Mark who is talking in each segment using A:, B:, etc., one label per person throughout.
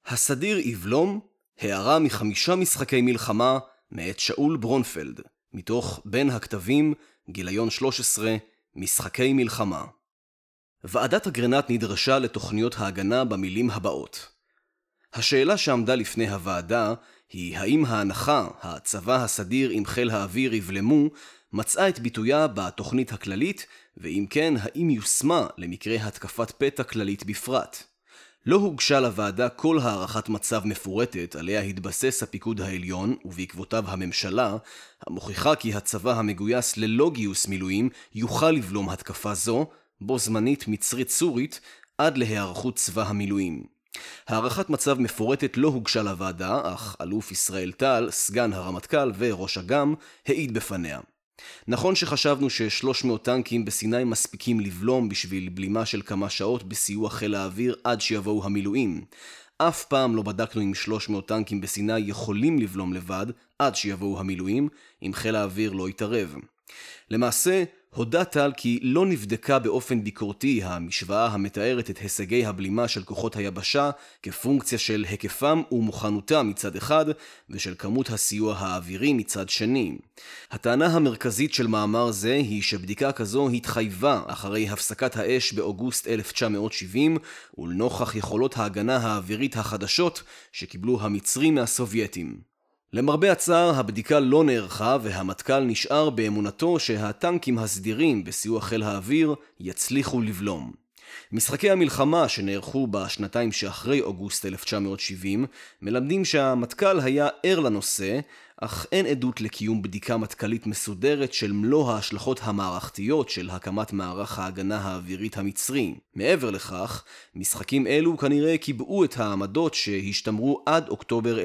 A: הסדיר יבלום, הערה מ5 משחקי מלחמה מאת שאול ברונפלד, מתוך בין הכתבים, גיליון 13, משחקי מלחמה. ועדת אגרנט נדרשה לתוכניות ההגנה במילים הבאות. השאלה שעמדה לפני הוועדה היא האם ההנחה, הצבא הסדיר עם חיל האוויר יבלמו, מצאה את ביטויה בתוכנית הכללית, ואם כן, האם יושמה למקרה התקפת פתע כללית בפרט. לא הוגשה לוועדה כל הערכת מצב מפורטת עליה התבסס הפיקוד העליון ובעקבותיו הממשלה, המוכיחה כי הצבא המגויס ללא גיוס מילואים יוכל לבלום התקפה זו, בו זמנית מצרית סורית, עד להיערכות צבא המילואים. הערכת מצב מפורטת לא הוגשה לוועדה, אך אלוף ישראל טל, סגן הרמטכ"ל וראש אג"ם, העיד בפניה. נכון שחשבנו ש300 טנקים בסיני מספיקים לבלום בשביל בלימה של כמה שעות בסיוע חיל האוויר עד שיבואו המילואים. אף פעם לא בדקנו אם 300 טנקים בסיני יכולים לבלום לבד עד שיבואו המילואים, אם חיל האוויר לא יתערב. למעשה, הודע טל כי לא נבדקה באופן ביקורתי המשוואה המתארת את הישגי הבלימה של כוחות היבשה כפונקציה של היקפם ומוכנותם מצד אחד ושל כמות הסיוע האווירי מצד שני. הטענה המרכזית של מאמר זה היא שבדיקה כזו התחייבה אחרי הפסקת האש באוגוסט 1970 ולנוכח יכולות ההגנה האווירית החדשות שקיבלו המצרים מהסובייטים. למרבה הצער, הבדיקה לא נערכה והמטכ"ל נשאר באמונתו שהטנקים הסדירים בסיוע חיל האוויר יצליחו לבלום. משחקי המלחמה שנערכו בשנתיים שאחרי אוגוסט 1970 מלמדים שהמטכ"ל היה ער לנושא, אך אין עדות לקיום בדיקה מטכ"לית מסודרת של מלוא ההשלכות המערכתיות של הקמת מערך ההגנה האווירית המצרי. מעבר לכך, משחקים אלו כנראה קיבעו את העמדות שהשתמרו עד אוקטובר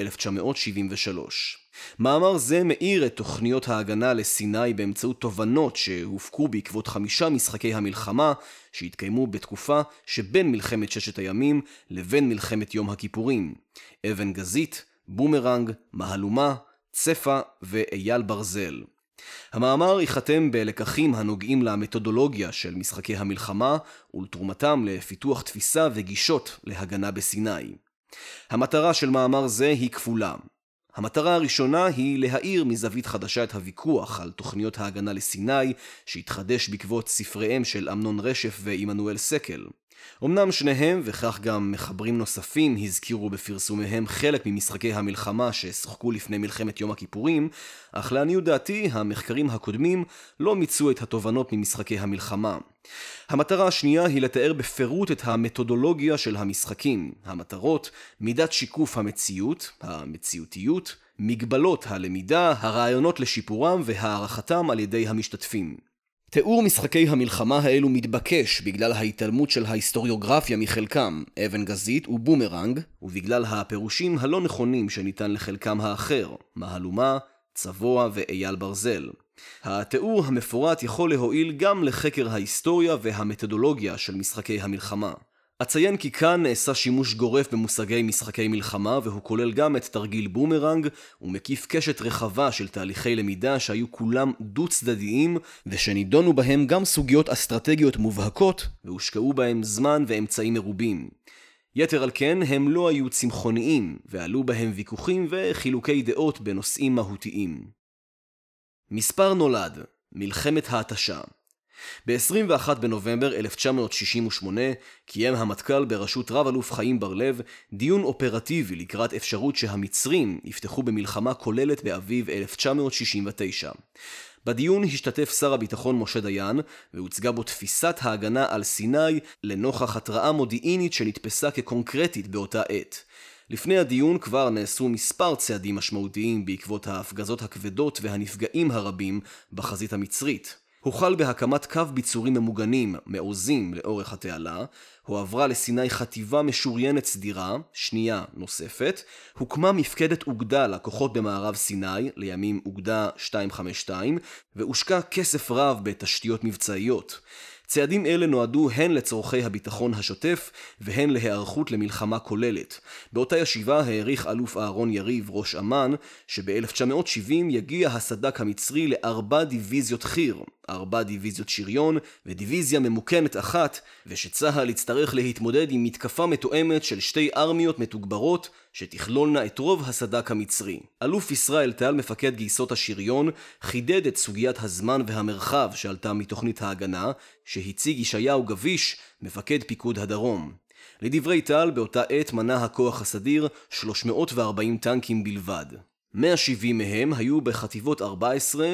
A: 1973. מאמר זה מאיר את תוכניות ההגנה לסיני באמצעות תובנות שהופקו בעקבות 5 משחקי המלחמה שהתקיימו בתקופה שבין מלחמת ששת הימים לבין מלחמת יום הכיפורים. אבן גזית, בומרנג, מהלומה, צפה ואייל ברזל. המאמר ייחתם בלקחים הנוגעים למתודולוגיה של משחקי המלחמה ולתרומתם לפיתוח תפיסה וגישות להגנה בסיני. המטרה של מאמר זה היא כפולה. המטרה הראשונה היא להאיר מזווית חדשה את הוויכוח על תוכניות ההגנה לסיני שהתחדש בעקבות ספריהם של אמנון רשף ועמנואל סקל. אמנם שניהם וכך גם מחברים נוספים הזכירו בפרסומיהם חלק ממשחקי המלחמה ששוחקו לפני מלחמת יום הכיפורים, אך לעניות דעתי המחקרים הקודמים לא מיצו את התובנות ממשחקי המלחמה. המטרה השנייה היא לתאר בפירוט את המתודולוגיה של המשחקים, המטרות, מידת שיקוף המציאותיות, מגבלות הלמידה, הרעיונות לשיפורם והערכתם על ידי המשתתפים. תיאור משחקי המלחמה האלו מתבקש בגלל ההתעלמות של ההיסטוריוגרפיה מחלקם, אבן גזית ובומרנג, ובגלל הפירושים הלא נכונים שניתן לחלקם האחר, מהלומה, צבוע ואייל ברזל. התיאור המפורט יכול להועיל גם לחקר ההיסטוריה והמתודולוגיה של משחקי המלחמה. אציין כי כאן נעשה שימוש גורף במושגי משחקי מלחמה והוא כולל גם את תרגיל בומרנג ומקיף קשת רחבה של תהליכי למידה שהיו כולם דו-צדדיים ושנידונו בהם גם סוגיות אסטרטגיות מובהקות והושקעו בהם זמן ואמצעים מרובים. יתר על כן הם לא היו צמחוניים ועלו בהם ויכוחים וחילוקי דעות בנושאים מהותיים. מספר נולד, מלחמת ההתשה. ב-21 בנובמבר 1968 קיים המטכ"ל בראשות רב אלוף חיים בר-לב דיון אופרטיבי לקראת אפשרות שהמצרים יפתחו במלחמה כוללת באביב 1969. בדיון השתתף שר הביטחון משה דיין והוצגה בו תפיסת ההגנה על סיני לנוכח התראה מודיעינית שנתפסה כקונקרטית באותה עת. לפני הדיון כבר נעשו מספר צעדים משמעותיים בעקבות ההפגזות הכבדות והנפגעים הרבים בחזית המצרית. הוחל בהקמת קו ביצורים ממוגנים, מעוזים לאורך התעלה, הועברה לסיני חטיבה משוריינת סדירה, שנייה נוספת, הוקמה מפקדת אוגדה לכוחות במערב סיני, לימים אוגדה 252, והושקע כסף רב בתשתיות מבצעיות. צעדים אלה נועדו הן לצורכי הביטחון השוטף והן להיערכות למלחמה כוללת. באותה ישיבה העריך אלוף אהרון יריב, ראש אמ"ן, שב-1970 יגיע הסד"כ המצרי ל4 דיוויזיות חי"ר, 4 דיוויזיות שריון ודיוויזיה ממוקמת אחת, ושצה"ל יצטרך להתמודד עם מתקפה מתואמת של 2 ארמיות מתוגברות שתכלולנה את רוב הסד"כ המצרי. אלוף ישראל טל, מפקד גייסות השריון, חידד את סוגיית הזמן והמרחב שעלתה מתוכנית ההגנה, שהציג ישעיהו גביש, מפקד פיקוד הדרום. לדברי טל, באותה עת מנה הכוח הסדיר 340 טנקים בלבד. 170 מהם היו בחטיבות 14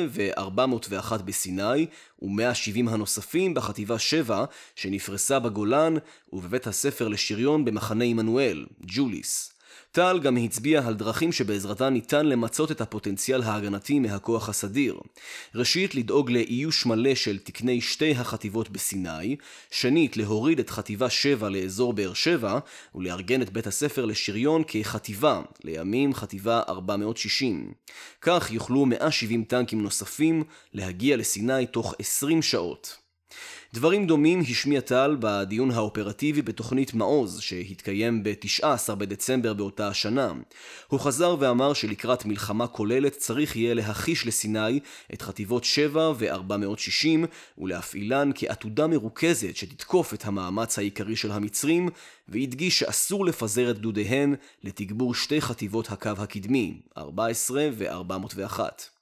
A: ו-401 בסיני, ו-170 הנוספים בחטיבה 7 שנפרסה בגולן ובבית הספר לשריון במחנה עמנואל, ג'וליס. טל גם הצביע על דרכים שבעזרתן ניתן למצות את הפוטנציאל ההגנתי מהכוח הסדיר. ראשית, לדאוג לאיוש מלא של תקני 2 החטיבות בסיני, שנית, להוריד את חטיבה 7 לאזור באר שבע, ולארגן את בית הספר לשריון כחטיבה, לימים חטיבה 460. כך יוכלו 170 טנקים נוספים להגיע לסיני תוך 20 שעות. דברים דומים השמיע טל בדיון האופרטיבי בתוכנית מעוז שהתקיים ב-19 בדצמבר באותה השנה. הוא חזר ואמר שלקראת מלחמה כוללת צריך יהיה להחיש לסיני את חטיבות 7 ו-460 ולהפעילן כעתודה מרוכזת שתתקוף את המאמץ העיקרי של המצרים, והדגיש שאסור לפזר את גדודיהן לתגבור 2 חטיבות הקו הקדמי, 14 ו-401.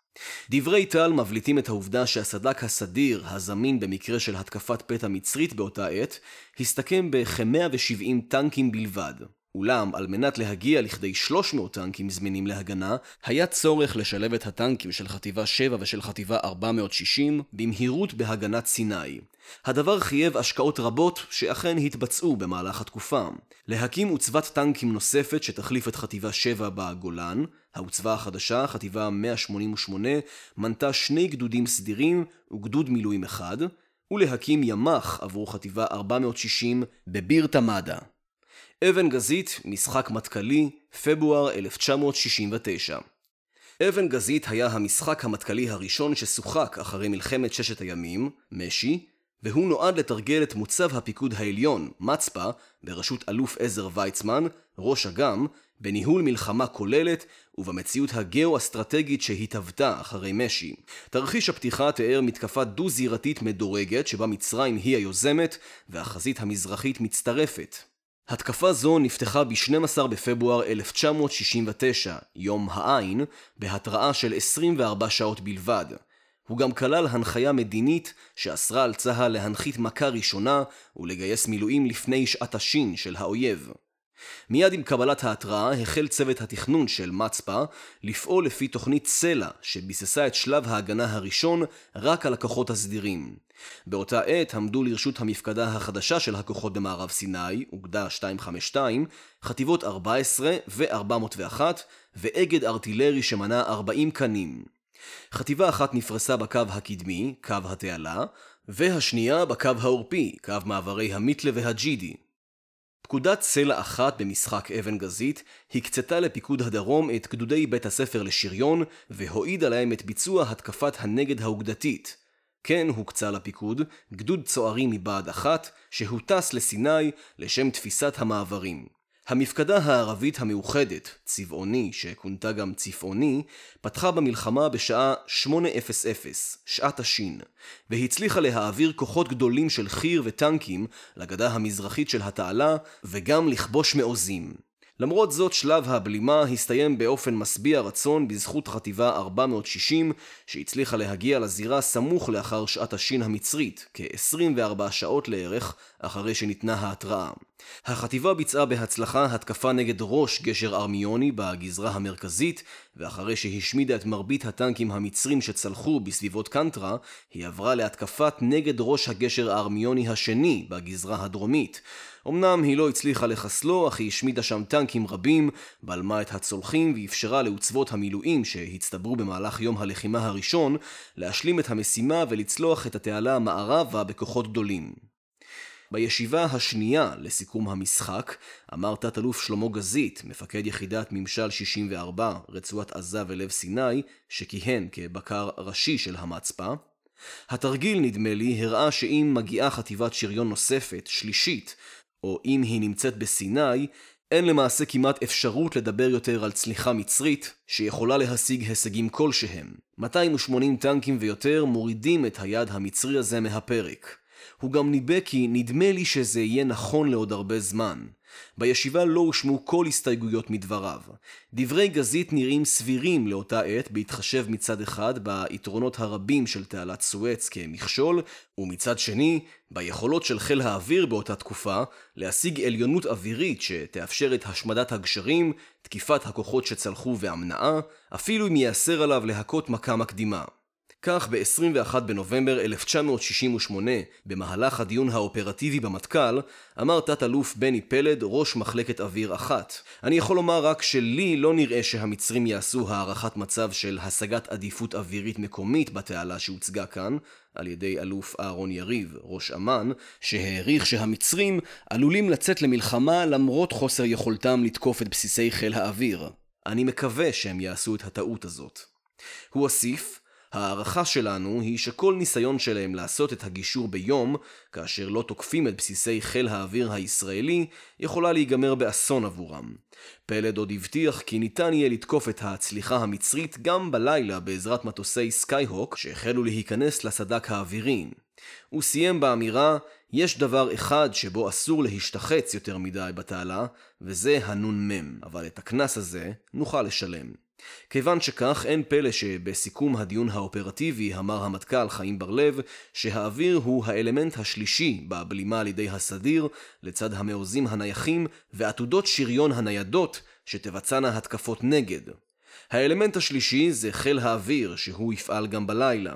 A: דברי טל מבליטים את העובדה שהסד"כ הסדיר הזמין במקרה של התקפת פתע מצרית באותה עת הסתכם בכ-170 טנקים בלבד. אולם על מנת להגיע לכדי 300 טנקים זמינים להגנה, היה צורך לשלב את הטנקים של חטיבה 7 ושל חטיבה 460 במהירות בהגנת סיני. הדבר חייב השקעות רבות שאכן התבצעו במהלך התקופה. להקים עוצבת טנקים נוספת שתחליף את חטיבה 7 בגולן, העוצבה החדשה, חטיבה 188, מנתה 2 גדודים סדירים וגדוד מילואים אחד, ולהקים ימ"ח עבור חטיבה 460 בביר תמדה. אבן גזית, משחק מטכ"לי, פברואר 1969. אבן גזית היה המשחק המטכ"לי הראשון ששוחק אחרי מלחמת 6 הימים, משי, והוא נועד לתרגל את מוצב הפיקוד העליון, מצפא, בראשות אלוף עזר ויצמן, ראש אג"ם, בניהול מלחמה כוללת ובמציאות הגאו-אסטרטגית שהתהוותה אחרי משי. תרחיש הפתיחה תיאר מתקפה דו-זירתית מדורגת שבה מצרים היא היוזמת והחזית המזרחית מצטרפת. התקפה זו נפתחה ב-12 בפברואר 1969, יום העין, בהתראה של 24 שעות בלבד. הוא גם כלל הנחיה מדינית שאסרה על צה"ל להנחית מכה ראשונה ולגייס מילואים לפני שעת השין של האויב. מיד עם קבלת ההתראה החל צוות התכנון של מצפא לפעול לפי תוכנית סלע שביססה את שלב ההגנה הראשון רק על הכוחות הסדירים. באותה עת עמדו לרשות המפקדה החדשה של הכוחות במערב סיני, אוגדה 252, חטיבות 14 ו-401 ואגד ארטילרי שמנה 40 קנים. חטיבה אחת נפרסה בקו הקדמי, קו התעלה, והשנייה בקו העורפי, קו מעברי המיתלה והג'ידי. פקודת סלע אחת במשחק אבן גזית הקצתה לפיקוד הדרום את גדודי בית הספר לשריון והועידה להם את ביצוע התקפת הנגד האוגדתית. כן הוקצה לפיקוד גדוד צוערים מבה"ד 1 שהוטס לסיני לשם תפיסת המעברים. המפקדה הערבית המאוחדת, צבעוני שכונתה גם צפעוני, פתחה במלחמה בשעה 8:00, שעת השין, והצליחה להעביר כוחות גדולים של חי"ר וטנקים לגדה המזרחית של התעלה וגם לכבוש מעוזים. למרות זאת, שלב הבלימה הסתיים באופן משביע רצון בזכות חטיבה 460 שהצליחה להגיע לזירה סמוך לאחר שעת השין המצרית, כ-24 שעות לערך אחרי שניתנה ההתראה. החטיבה ביצעה בהצלחה התקפה נגד ראש גשר ארמיוני בגזרה המרכזית, ואחרי שהשמידה את מרבית הטנקים המצרים שצלחו בסביבות קנטרה, היא עברה להתקפת נגד ראש הגשר הארמיוני השני בגזרה הדרומית. אמנם היא לא הצליחה לחסלו, אך היא השמידה שם טנקים רבים, בלמה את הצולחים ואפשרה לעוצבות המילואים שהצטברו במהלך יום הלחימה הראשון להשלים את המשימה ולצלוח את התעלה המערבה בכוחות גדולים. בישיבה השנייה לסיכום המשחק אמר תת-אלוף שלמה גזית, מפקד יחידת ממשל 64 רצועת עזה ולב סיני, שכיהן כבקר ראשי של המצפא: התרגיל, נדמה לי, הראה שאם מגיעה חטיבת שריון נוספת, שלישית, או אם היא נמצאת בסיני, אין למעשה כמעט אפשרות לדבר יותר על צליחה מצרית שיכולה להשיג הישגים כלשהם. 280 טנקים ויותר מורידים את היד המצרי הזה מהפרק. הוא גם ניבא כי נדמה לי שזה יהיה נכון לעוד הרבה זמן. בישיבה לא הושמעו כל הסתייגויות מדבריו. דברי גזית נראים סבירים לאותה עת בהתחשב מצד אחד ביתרונות הרבים של תעלת סואץ כמכשול, ומצד שני ביכולות של חיל האוויר באותה תקופה להשיג עליונות אווירית שתאפשר את השמדת הגשרים, תקיפת הכוחות שצלחו והמנעה, אפילו אם ייאסר עליו להכות מכה מקדימה. כך ב-21 בנובמבר 1968, במהלך הדיון האופרטיבי במטכ"ל, אמר תת-אלוף בני פלד, ראש מחלקת אוויר 1. אני יכול לומר רק שלי לא נראה שהמצרים יעשו הערכת מצב של השגת עדיפות אווירית מקומית בתעלה שהוצגה כאן, על ידי אלוף אהרון יריב, ראש אמ"ן, שהעריך שהמצרים עלולים לצאת למלחמה למרות חוסר יכולתם לתקוף את בסיסי חיל האוויר. אני מקווה שהם יעשו את הטעות הזאת. הוא הוסיף, הערכה שלנו היא שכל ניסיון שלהם לעשות את הגישור ביום, כאשר לא תוקפים את בסיסי חיל האוויר הישראלי, יכולה להיגמר באסון עבורם. פלד עוד הבטיח כי ניתן יהיה לתקוף את ההצליחה המצרית גם בלילה בעזרת מטוסי סקייהוק שהחלו להיכנס לסדק האווירי. הוא סיים באמירה, יש דבר אחד שבו אסור להשתחץ יותר מדי בתעלה, וזה הנ"מ, אבל את הכנס הזה נוכל לשלם. כיוון שכך, אין פלא שבסיכום הדיון האופרטיבי אמר המטכ"ל חיים בר-לב שהאוויר הוא האלמנט השלישי בבלימה על ידי הסדיר, לצד המעוזים הנייחים ועתודות שריון הניידות שתבצענה התקפות נגד. האלמנט השלישי זה חיל האוויר שהוא יפעל גם בלילה.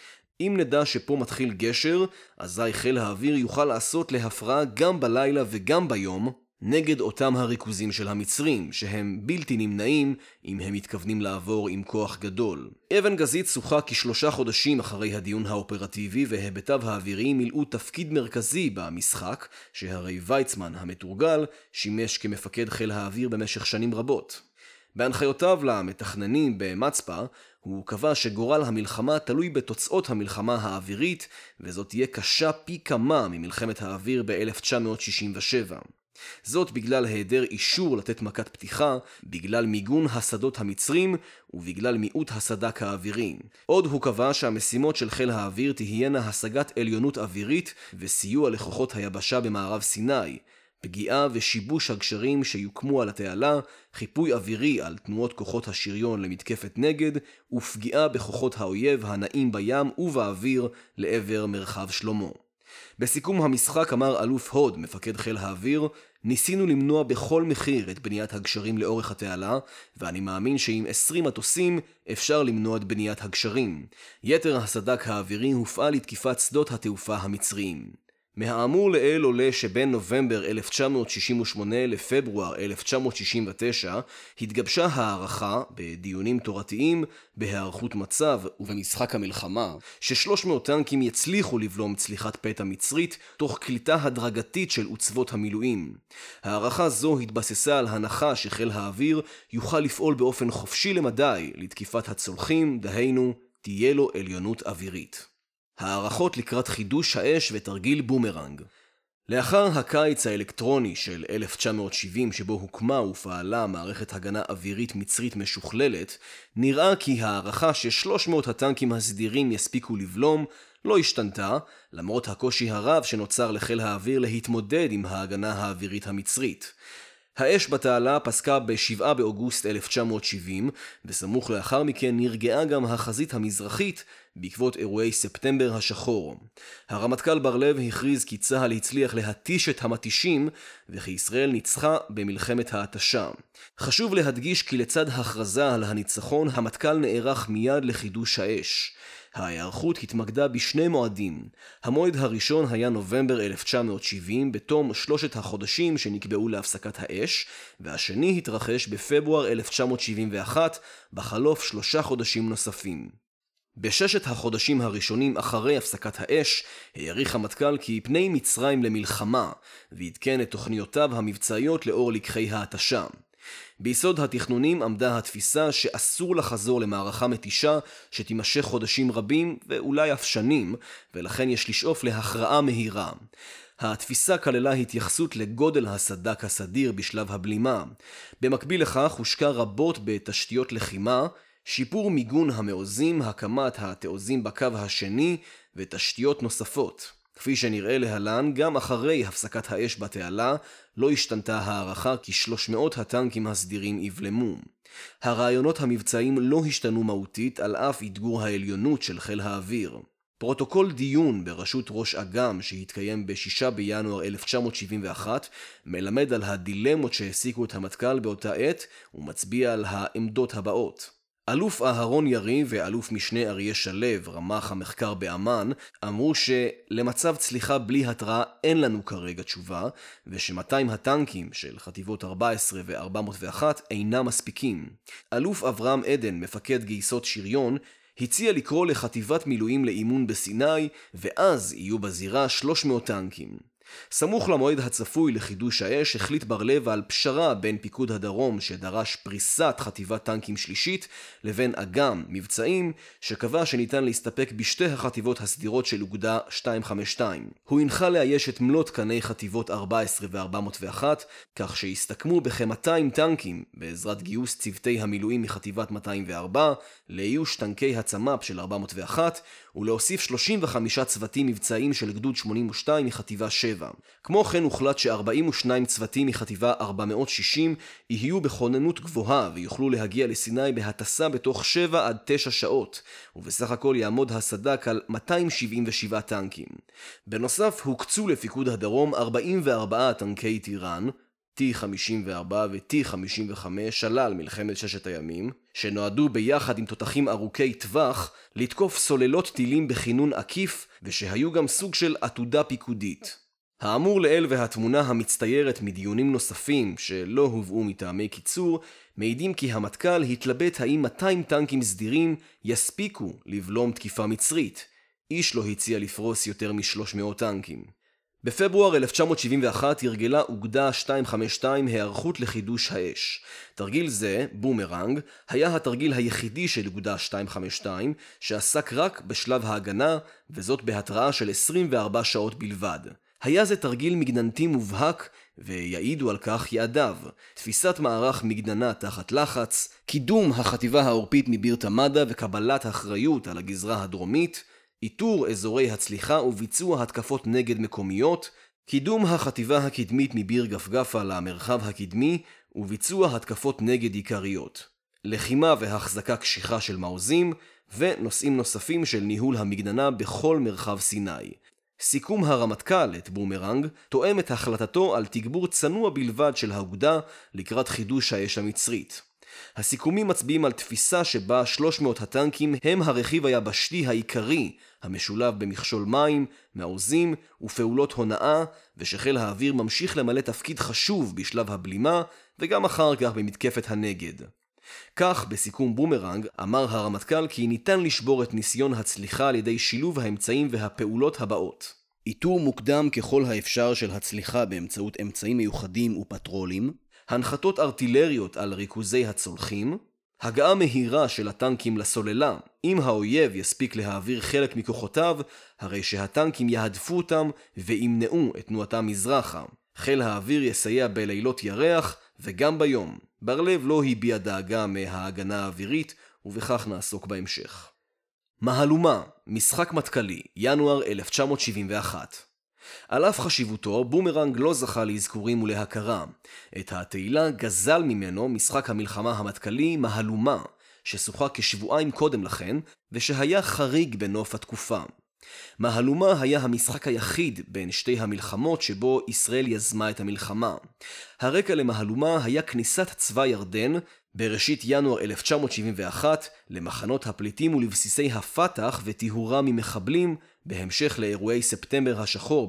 A: אם נדע שפה מתחיל גשר, אזי חיל האוויר יוכל לעשות להפרעה גם בלילה וגם ביום, נגד אותם הריכוזים של המצרים, שהם בלתי נמנעים אם הם מתכוונים לעבור עם כוח גדול. אבן גזית שוחה כ3 חודשים אחרי הדיון האופרטיבי, והיבטיו האוויריים מילאו תפקיד מרכזי במשחק, שהרי ויצמן המתורגל שימש כמפקד חיל האוויר במשך שנים רבות. בהנחיותיו למתכננים במצפה, הוא קבע שגורל המלחמה תלוי בתוצאות המלחמה האווירית, וזאת תהיה קשה פי כמה ממלחמת האוויר ב-1967. זאת בגלל היעדר אישור לתת מכת פתיחה, בגלל מיגון השדות המצרים ובגלל מיעוט הסדק האווירי. עוד הוא קבע שהמשימות של חיל האוויר תהיינה השגת עליונות אווירית וסיוע לכוחות היבשה במערב סיני, פגיעה ושיבוש הגשרים שיוקמו על התעלה, חיפוי אווירי על תנועות כוחות השריון למתקפת נגד, ופגיעה בכוחות האויב הנעים בים ובאוויר לעבר מרחב שלמה. בסיכום המשחק אמר אלוף הוד, מפקד חיל האוויר, ניסינו למנוע בכל מחיר את בניית הגשרים לאורך התעלה, ואני מאמין שעם 20 מטוסים אפשר למנוע את בניית הגשרים. יתר הסדק האווירי הופעל לתקיפת שדות התעופה המצריים. מהאמור לעיל עולה שבין נובמבר 1968 לפברואר 1969 התגבשה הערכה בדיונים תורתיים, בהערכות מצב ובמשחק המלחמה, ש300 טנקים יצליחו לבלום צליחת פתע מצרית תוך קליטה הדרגתית של עוצבות המילואים. הערכה זו התבססה על הנחה שחיל האוויר יוכל לפעול באופן חופשי למדי לתקיפת הצולחים, דהיינו תהיה לו עליונות אווירית. הערכות לקראת חידוש האש ותרגיל בומרנג. לאחר הקיץ האלקטרוני של 1970 שבו הוקמה ופעלה מערכת הגנה אווירית מצרית משוכללת, נראה כי הערכה ש300 הטנקים הסדירים יספיקו לבלום לא השתנתה, למרות הקושי הרב שנוצר לחיל האוויר להתמודד עם ההגנה האווירית המצרית. האש בתעלה פסקה ב-7 באוגוסט 1970, וסמוך לאחר מכן נרגעה גם החזית המזרחית בעקבות אירועי ספטמבר השחור. הרמטכ"ל בר-לב הכריז כי צה"ל הצליח להתיש את המתישים, וכי ישראל ניצחה במלחמת ההתשה. חשוב להדגיש כי לצד הכרזה על הניצחון, המטכ"ל נערך מיד לחידוש האש. ההיערכות התמקדה בשני מועדים. המועד הראשון היה נובמבר 1970 בתום 3 החודשים שנקבעו להפסקת האש, והשני התרחש בפברואר 1971 בחלוף 3 חודשים נוספים. ב6 החודשים הראשונים אחרי הפסקת האש העריך המטכ"ל כי פני מצרים למלחמה, והתקן את תוכניותיו המבצעיות לאור לקחי ההתשה. ביסוד התכנונים עמדה התפיסה שאסור לחזור למערכה מתישה שתימשך חודשים רבים ואולי אף שנים, ולכן יש לשאוף להכרעה מהירה. התפיסה כללה התייחסות לגודל הסד"כ הסדיר בשלב הבלימה. במקביל לכך הושקע רבות בתשתיות לחימה, שיפור מיגון המעוזים, הקמת התעוזים בקו השני ותשתיות נוספות. כפי שנראה להלן, גם אחרי הפסקת האש בתעלה לא השתנתה הערכה כי 300 הטנקים הסדירים יבלמו. הרעיונות המבצעיים לא השתנו מהותית על אף אתגור העליונות של חיל האוויר. פרוטוקול דיון בראשות ראש אג"ם שהתקיים ב-6 בינואר 1971 מלמד על הדילמות שהעסיקו את המטכ"ל באותה עת ומצביע על העמדות הבאות. אלוף אהרון יריב ואלוף משנה אריה שלו, רמ"ח המחקר באמ"ן, אמרו שלמצב צליחה בלי התראה אין לנו כרגע תשובה, וש200 הטנקים של חטיבות 14 ו-401 אינם מספיקים. אלוף אברהם עדן, מפקד גייסות שריון, הציע לקרוא לחטיבת מילואים לאימון בסיני, ואז יהיו בזירה 300 טנקים. סמוך למועד הצפוי לחידוש האש החליט בר-לב על פשרה בין פיקוד הדרום שדרש פריסת חטיבת טנקים שלישית לבין אג"ם מבצעים שקבע שניתן להסתפק בשתי החטיבות הסדירות של אוגדה 252. הוא הנחה לאייש את מלוא תקני חטיבות 14 ו-401 כך שהסתכמו בכ-200 טנקים בעזרת גיוס צוותי המילואים מחטיבת 204 לאיוש טנקי הצמ"פ של 401 ולהוסיף 35 צוותים מבצעיים של גדוד 82 מחטיבה 7. כמו כן הוחלט ש42 צוותים מחטיבה 460 יהיו בכוננות גבוהה ויוכלו להגיע לסיני בהטסה בתוך 7 עד 9 שעות, ובסך הכל יעמוד הסד"כ על 277 טנקים. בנוסף הוקצו לפיקוד הדרום 44 טנקי טיראן, T-54 ו-T-55 שלל מלחמת ששת הימים, שנועדו ביחד עם תותחים ארוכי טווח לתקוף סוללות טילים בכינון עקיף ושהיו גם סוג של עתודה פיקודית. האמור לעיל והתמונה המצטיירת מדיונים נוספים שלא הובאו מטעמי קיצור מעידים כי המטכ"ל התלבט האם 200 טנקים סדירים יספיקו לבלום תקיפה מצרית. איש לא הציע לפרוס יותר מ-300 טנקים. בפברואר 1971 הרגלה אוגדה 252 היערכות לחידוש האש. תרגיל זה, בומרנג, היה התרגיל היחידי של אוגדה 252 שעסק רק בשלב ההגנה וזאת בהתראה של 24 שעות בלבד. היה זה תרגיל מגננתי מובהק ויעידו על כך יעדיו, תפיסת מערך מגננה תחת לחץ, קידום החטיבה העורפית מביר תמדה וקבלת אחריות על הגזרה הדרומית, איתור אזורי הצליחה וביצוע התקפות נגד מקומיות, קידום החטיבה הקדמית מביר גפגפה למרחב הקדמי וביצוע התקפות נגד עיקריות, לחימה והחזקה קשיחה של מעוזים ונושאים נוספים של ניהול המגננה בכל מרחב סיני. סיכום הרמטכ"ל את בומרנג תואם את החלטתו על תגבור צנוע בלבד של האוגדה לקראת חידוש האש המצרית. הסיכומים מצביעים על תפיסה שבה 300 הטנקים הם הרכיב היבשתי העיקרי המשולב במכשול מים, מעוזים ופעולות הונאה, ושחיל האוויר ממשיך למלא תפקיד חשוב בשלב הבלימה וגם אחר כך במתקפת הנגד. כך בסיכום בומרנג אמר הרמטכ"ל כי ניתן לשבור את ניסיון הצליחה על ידי שילוב האמצעים והפעולות הבאות: איתור מוקדם ככל האפשר של הצליחה באמצעות אמצעים מיוחדים ופטרולים, הנחתות ארטילריות על ריכוזי הצולחים, הגעה מהירה של הטנקים לסוללה. אם האויב יספיק להעביר חלק מכוחותיו, הרי שהטנקים יהדפו אותם וימנעו את תנועתם מזרחה. חיל האוויר יסייע בלילות ירח וגם ביום. בר-לב לא הביע דאגה מההגנה האווירית, ובכך נעסוק בהמשך. מהלומה, משחק מטכ"לי, ינואר 1971. על אף חשיבותו, בומרנג לא זכה לאזכורים ולהכרה. את התהילה גזל ממנו משחק המלחמה המטכ"לי מהלומה, ששוחק כשבועיים קודם לכן, ושהיה חריג בנוף התקופה. מהלומה היה המשחק היחיד בין שתי המלחמות שבו ישראל יזמה את המלחמה. הרקע למהלומה היה כניסת צבא ירדן בראשית ינואר 1971 למחנות הפליטים ולבסיסי הפתח וטיהורה ממחבלים בהמשך לאירועי ספטמבר השחור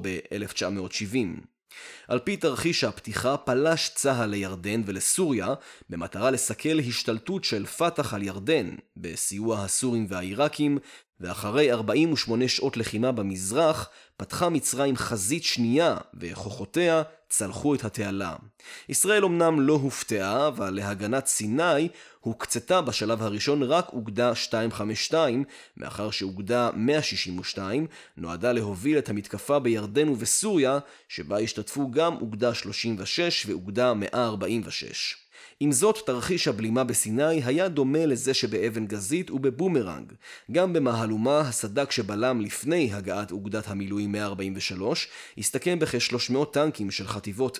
A: ב-1970. על פי תרחיש הפתיחה פלש צה"ל לירדן ולסוריה במטרה לסכל השתלטות של פתח על ירדן בסיוע הסורים והעיראקים ואחרי 48 שעות לחימה במזרח, פתחה מצרים חזית שנייה, וכוחותיה צלחו את התעלה. ישראל אמנם לא הופתעה, אבל להגנת סיני הוקצתה בשלב הראשון רק אוגדה 252, מאחר שאוגדה 162 נועדה להוביל את המתקפה בירדן ובסוריה, שבה השתתפו גם אוגדה 36 ואוגדה 146. עם זאת, תרחיש הבלימה בסיני היה דומה לזה שבאבן גזית ובבומרנג. גם במהלומה, הסדק שבלם לפני הגעת אוגדת המילואים 143 הסתכם בכ-300 טנקים של חטיבות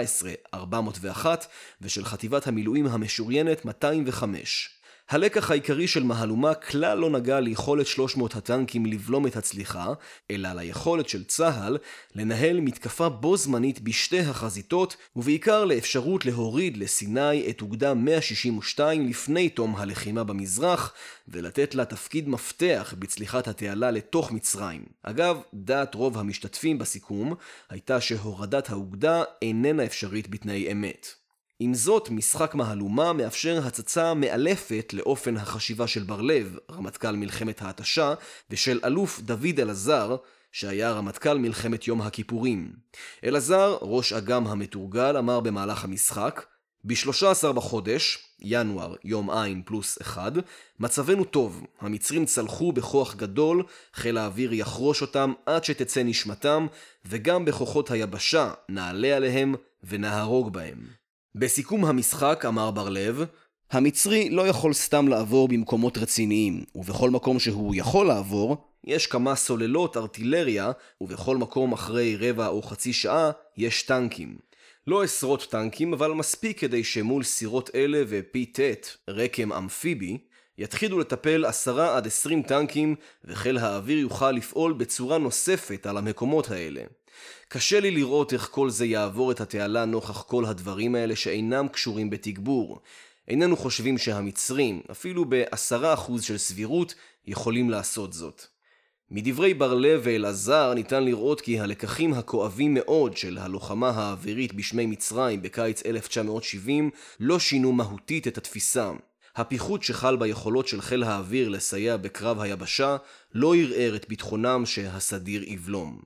A: 14-401 ושל חטיבת המילואים המשוריינת 205. הלקח העיקרי של מהלומה כלל לא נגע ליכולת 300 הטנקים לבלום את הצליחה, אלא ליכולת של צה"ל לנהל מתקפה בו זמנית בשתי החזיתות, ובעיקר לאפשרות להוריד לסיני את אוגדה 162 לפני תום הלחימה במזרח, ולתת לה תפקיד מפתח בצליחת התעלה לתוך מצרים. אגב, דעת רוב המשתתפים בסיכום הייתה שהורדת האוגדה איננה אפשרית בתנאי אמת. עם זאת, משחק מהלומה מאפשר הצצה מאלפת לאופן החשיבה של בר-לב, רמטכ"ל מלחמת ההתשה, ושל אלוף דוד אלעזר, שהיה רמטכ"ל מלחמת יום הכיפורים. אלעזר, ראש אג"ם המתורגל, אמר במהלך המשחק, ב-13 בחודש, ינואר, יום עין פלוס 1, מצבנו טוב, המצרים צלחו בכוח גדול, חיל האוויר יחרוש אותם עד שתצא נשמתם, וגם בכוחות היבשה נעלה עליהם ונהרוג בהם. בסיכום המשחק אמר בר-לב, המצרי לא יכול סתם לעבור במקומות רציניים, ובכל מקום שהוא יכול לעבור, יש כמה סוללות ארטילריה, ובכל מקום אחרי רבע או חצי שעה יש טנקים. לא עשרות טנקים, אבל מספיק כדי שמול סירות אלה ופי-ט' רקם אמפיבי, יתחילו לטפל 10-20 טנקים, וחיל האוויר יוכל לפעול בצורה נוספת על המקומות האלה. קשה לי לראות איך כל זה יעבור את התעלה נוכח כל הדברים האלה שאינם קשורים בתגבור. איננו חושבים שהמצרים, אפילו ב10% של סבירות, יכולים לעשות זאת. מדברי בר-לב ואלעזר ניתן לראות כי הלקחים הכואבים מאוד של הלוחמה האווירית בשמי מצרים בקיץ 1970 לא שינו מהותית את התפיסה. הפיחות שחל ביכולות של חיל האוויר לסייע בקרב היבשה לא ערער את ביטחונם שהסדיר יבלום.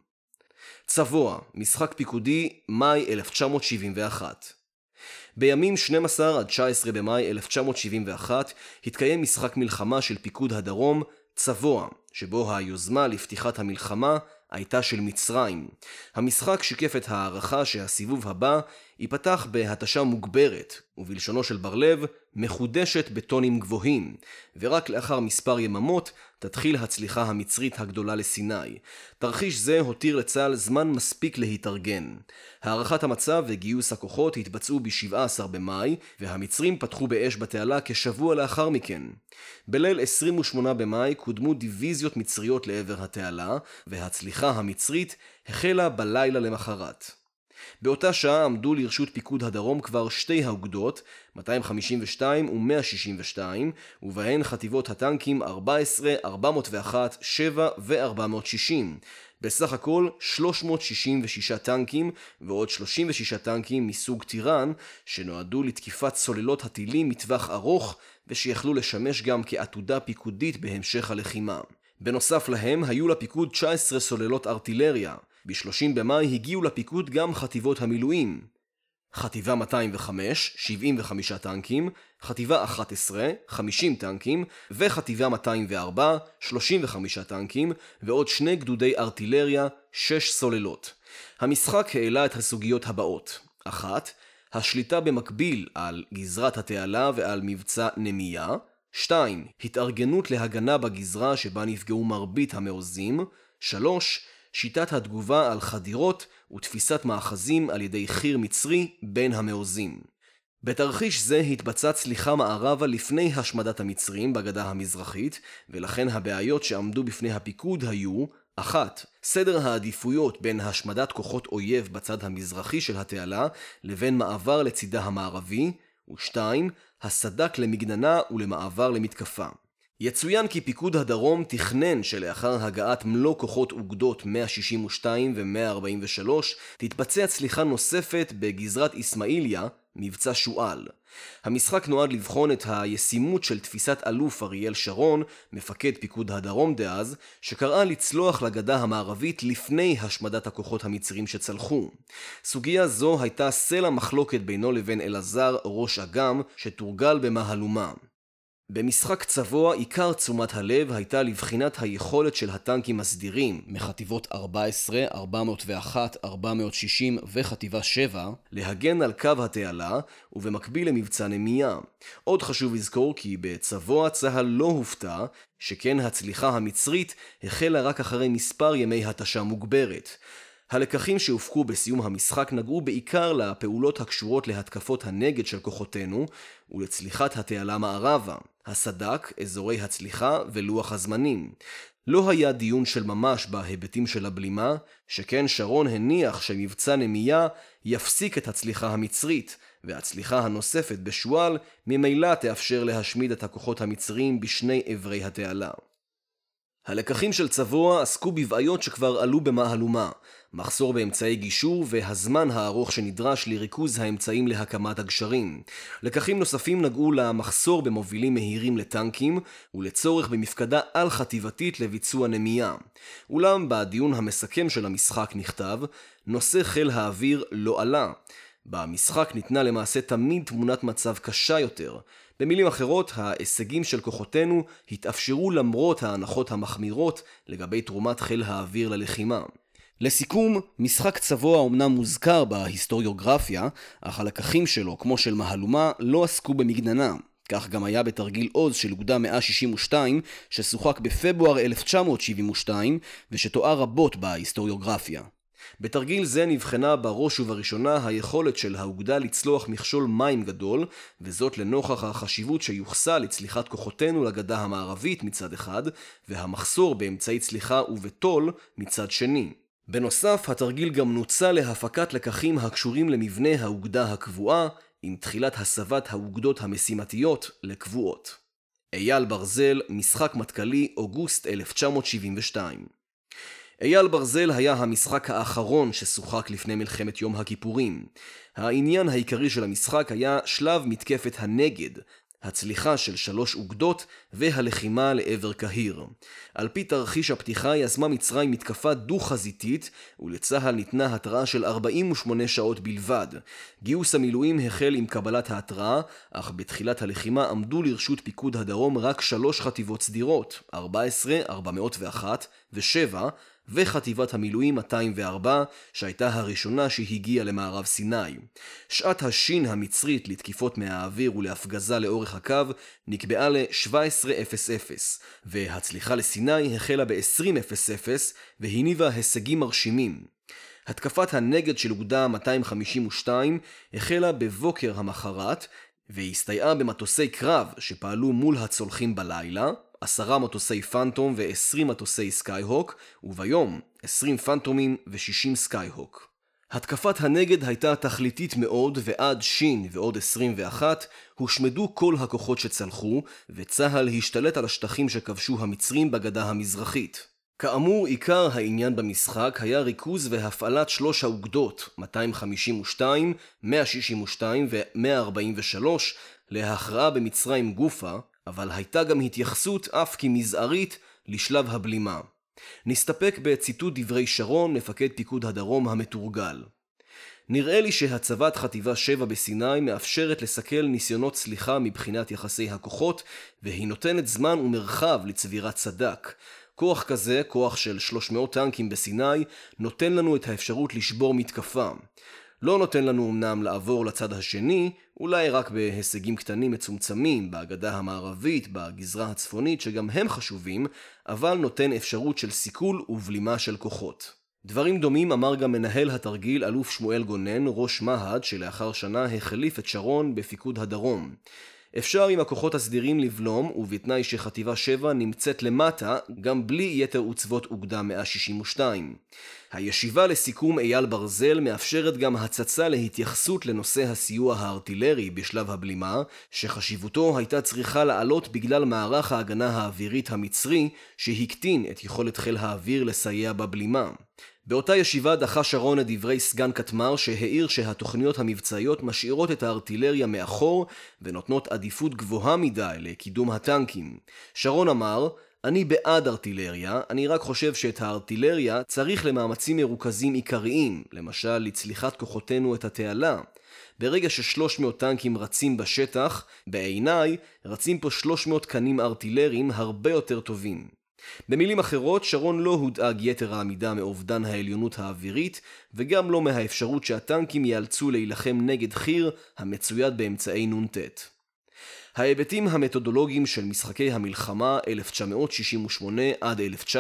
A: צבוע, משחק פיקודי, מאי 1971. בימים 12 עד 19 במאי 1971 התקיים משחק מלחמה של פיקוד הדרום, צבוע, שבו היוזמה לפתיחת המלחמה הייתה של מצרים. המשחק שיקף את הערכה שהסיבוב הבא ייפתח בהתשה מוגברת, ובלשונו של בר-לב, מחודשת בטונים גבוהים, ורק לאחר מספר יממות תתחיל הצליחה המצרית הגדולה לסיני. תרחיש זה הותיר לצה"ל זמן מספיק להתארגן. הערכת המצב וגיוס הכוחות התבצעו ב-17 במאי, והמצרים פתחו באש בתעלה כשבוע לאחר מכן. בליל 28 במאי קודמו דיוויזיות מצריות לעבר התעלה, והצליחה המצרית החלה בלילה למחרת. באותה שעה עמדו לרשות פיקוד הדרום כבר שתי האוגדות, 252 ו-162, ובהן חטיבות הטנקים 14, 401, 7 ו-460. בסך הכל 366 טנקים ועוד 36 טנקים מסוג טירן, שנועדו לתקיפת סוללות הטילים מטווח ארוך, ושיכלו לשמש גם כעתודה פיקודית בהמשך הלחימה. בנוסף להם היו לפיקוד 19 סוללות ארטילריה. ב-30 במאי הגיעו לפיקוד גם חטיבות המילואים. חטיבה 205, 75 טנקים, חטיבה 11, 50 טנקים, וחטיבה 204, 35 טנקים, ועוד שני גדודי ארטילריה, 6 סוללות. המשחק העלה את הסוגיות הבאות. 1. השליטה במקביל על גזרת התעלה ועל מבצע נמיה. 2. התארגנות להגנה בגזרה שבה נפגעו מרבית המעוזים. 3. שיטת התגובה על חדירות ותפיסת מאחזים על ידי חיר מצרי בין המעוזים. בתרחיש זה התבצעה צליחה מערבה לפני השמדת המצרים בגדה המזרחית, ולכן הבעיות שעמדו בפני הפיקוד היו 1. סדר העדיפויות בין השמדת כוחות אויב בצד המזרחי של התעלה לבין מעבר לצידה המערבי, ו2. הסדק למגננה ולמעבר למתקפה. יצוין כי פיקוד הדרום תכנן שלאחר הגעת מלוא כוחות אוגדות 162 ו-143 תתבצע צליחה נוספת בגזרת איסמעיליה, מבצע שועל. המשחק נועד לבחון את הישימות של תפיסת אלוף אריאל שרון, מפקד פיקוד הדרום דאז, שקראה לצלוח לגדה המערבית לפני השמדת הכוחות המצרים שצלחו. סוגיה זו הייתה סלע מחלוקת בינו לבין אלעזר, ראש אג"ם, שתורגל במהלומה. במשחק צבוע עיקר תשומת הלב הייתה לבחינת היכולת של הטנקים הסדירים מחטיבות 14, 401, 460 וחטיבה 7 להגן על קו התעלה ובמקביל למבצע נמייה. עוד חשוב לזכור כי בצבוע צה"ל לא הופתע, שכן הצליחה המצרית החלה רק אחרי מספר ימי התשה מוגברת. הלקחים שהופקו בסיום המשחק נגעו בעיקר לפעולות הקשורות להתקפות הנגד של כוחותינו ולצליחת התעלה מערבה, הסדק, אזורי הצליחה ולוח הזמנים. לא היה דיון של ממש בהיבטים של הבלימה, שכן שרון הניח שמבצע נמייה יפסיק את הצליחה המצרית, והצליחה הנוספת בשועל ממילא תאפשר להשמיד את הכוחות המצריים בשני עברי התעלה. הלקחים של צבוע עסקו בבעיות שכבר עלו במהלומה, מחסור באמצעי גישור והזמן הארוך שנדרש לריכוז האמצעים להקמת הגשרים. לקחים נוספים נגעו למחסור במובילים מהירים לטנקים ולצורך במפקדה על חטיבתית לביצוע נמייה. אולם בדיון המסכם של המשחק נכתב, נושא חיל האוויר לא עלה. במשחק ניתנה למעשה תמיד תמונת מצב קשה יותר. במילים אחרות, ההישגים של כוחותינו התאפשרו למרות ההנחות המחמירות לגבי תרומת חיל האוויר ללחימה. לסיכום, משחק צבוע אמנם מוזכר בהיסטוריוגרפיה, אך הלקחים שלו, כמו של מהלומה, לא עסקו במגננה. כך גם היה בתרגיל עוז של אוגדה 162, ששוחק בפברואר 1972, ושתואר רבות בהיסטוריוגרפיה. בתרגיל זה נבחנה בראש ובראשונה היכולת של האוגדה לצלוח מכשול מים גדול, וזאת לנוכח החשיבות שיוחסה לצליחת כוחותינו לגדה המערבית מצד אחד, והמחסור באמצעי צליחה ובתול מצד שני. בנוסף, התרגיל גם נוצל להפקת לקחים הקשורים למבנה האוגדה הקבועה, עם תחילת הסבת האוגדות המשימתיות לקבועות. אייל ברזל, משחק מטכ"לי, אוגוסט 1972. אייל ברזל היה המשחק האחרון ששוחק לפני מלחמת יום הכיפורים. העניין העיקרי של המשחק היה שלב מתקפת הנגד, הצליחה של 3 אוגדות והלחימה לעבר קהיר. על פי תרחיש הפתיחה יזמה מצרים מתקפה דו-חזיתית, ולצה"ל ניתנה התראה של 48 שעות בלבד. גיוס המילואים החל עם קבלת ההתראה, אך בתחילת הלחימה עמדו לרשות פיקוד הדרום רק 3 חטיבות סדירות, 14, 401 ו-7, וחטיבת המילואים 204, שהייתה הראשונה שהגיעה למערב סיני. שעת השין המצרית לתקיפות מהאוויר ולהפגזה לאורך הקו נקבעה ל-17:00, והצליחה לסיני החלה ב-20:00 והניבה הישגים מרשימים. התקפת הנגד של אוגדה 252 החלה בבוקר המחרת, והסתייעה במטוסי קרב שפעלו מול הצולחים בלילה, 10 מטוסי פנטום ו-20 מטוסי סקייהוק, וביום 20 פנטומים ו-60 סקייהוק. התקפת הנגד הייתה תכליתית מאוד, ועד שין ועוד 21 הושמדו כל הכוחות שצלחו, וצה"ל השתלט על השטחים שכבשו המצרים בגדה המזרחית. כאמור, עיקר העניין במשחק היה ריכוז והפעלת 3 האוגדות, 252, 162 ו-143, להכרעה במצרים גופה, אבל הייתה גם התייחסות אף כמזערית לשלב הבלימה. נסתפק בציטוט דברי שרון, מפקד פיקוד הדרום המתורגל. נראה לי שהצבת חטיבה 7 בסיני מאפשרת לסכל ניסיונות סליחה מבחינת יחסי הכוחות, והיא נותנת זמן ומרחב לצבירת סדק. כוח כזה, כוח של 300 טנקים בסיני, נותן לנו את האפשרות לשבור מתקפה. לא נותן לנו אמנם לעבור לצד השני, אולי רק בהישגים קטנים מצומצמים בגדה המערבית, בגזרה הצפונית שגם הם חשובים, אבל נותן אפשרות של סיכול ובלימה של כוחות. דברים דומים אמר גם מנהל התרגיל אלוף שמואל גונן, ראש מהד, שלאחר שנה החליף את שרון בפיקוד הדרום. אפשר עם הכוחות הסדירים לבלום, ובתנאי שחטיבה 7 נמצאת למטה, גם בלי יתר עוצבות אוגדה 162. הישיבה לסיכום אייל ברזל מאפשרת גם הצצה להתייחסות לנושא הסיוע הארטילרי בשלב הבלימה, שחשיבותו הייתה צריכה לעלות בגלל מערך ההגנה האווירית המצרי, שהקטין את יכולת חיל האוויר לסייע בבלימה. באותה ישיבה דחה שרון את דברי סגן קטמר שהעיר שהתוכניות המבצעיות משאירות את הארטילריה מאחור ונותנות עדיפות גבוהה מדי לקידום הטנקים. שרון אמר, אני בעד ארטילריה, אני רק חושב שאת הארטילריה צריך למאמצים מרוכזים עיקריים, למשל לצליחת כוחותינו את התעלה. ברגע ש300 טנקים רצים בשטח, בעיניי רצים פה 300 קנים ארטילריים הרבה יותר טובים. במילים אחרות, שרון לא הודאג יתר העמידה מאובדן העליונות האווירית, וגם לא מהאפשרות שהטנקים ייאלצו להילחם נגד חי"ר המצויד באמצעי נ"ט. ההיבטים המתודולוגיים של משחקי המלחמה 1968 עד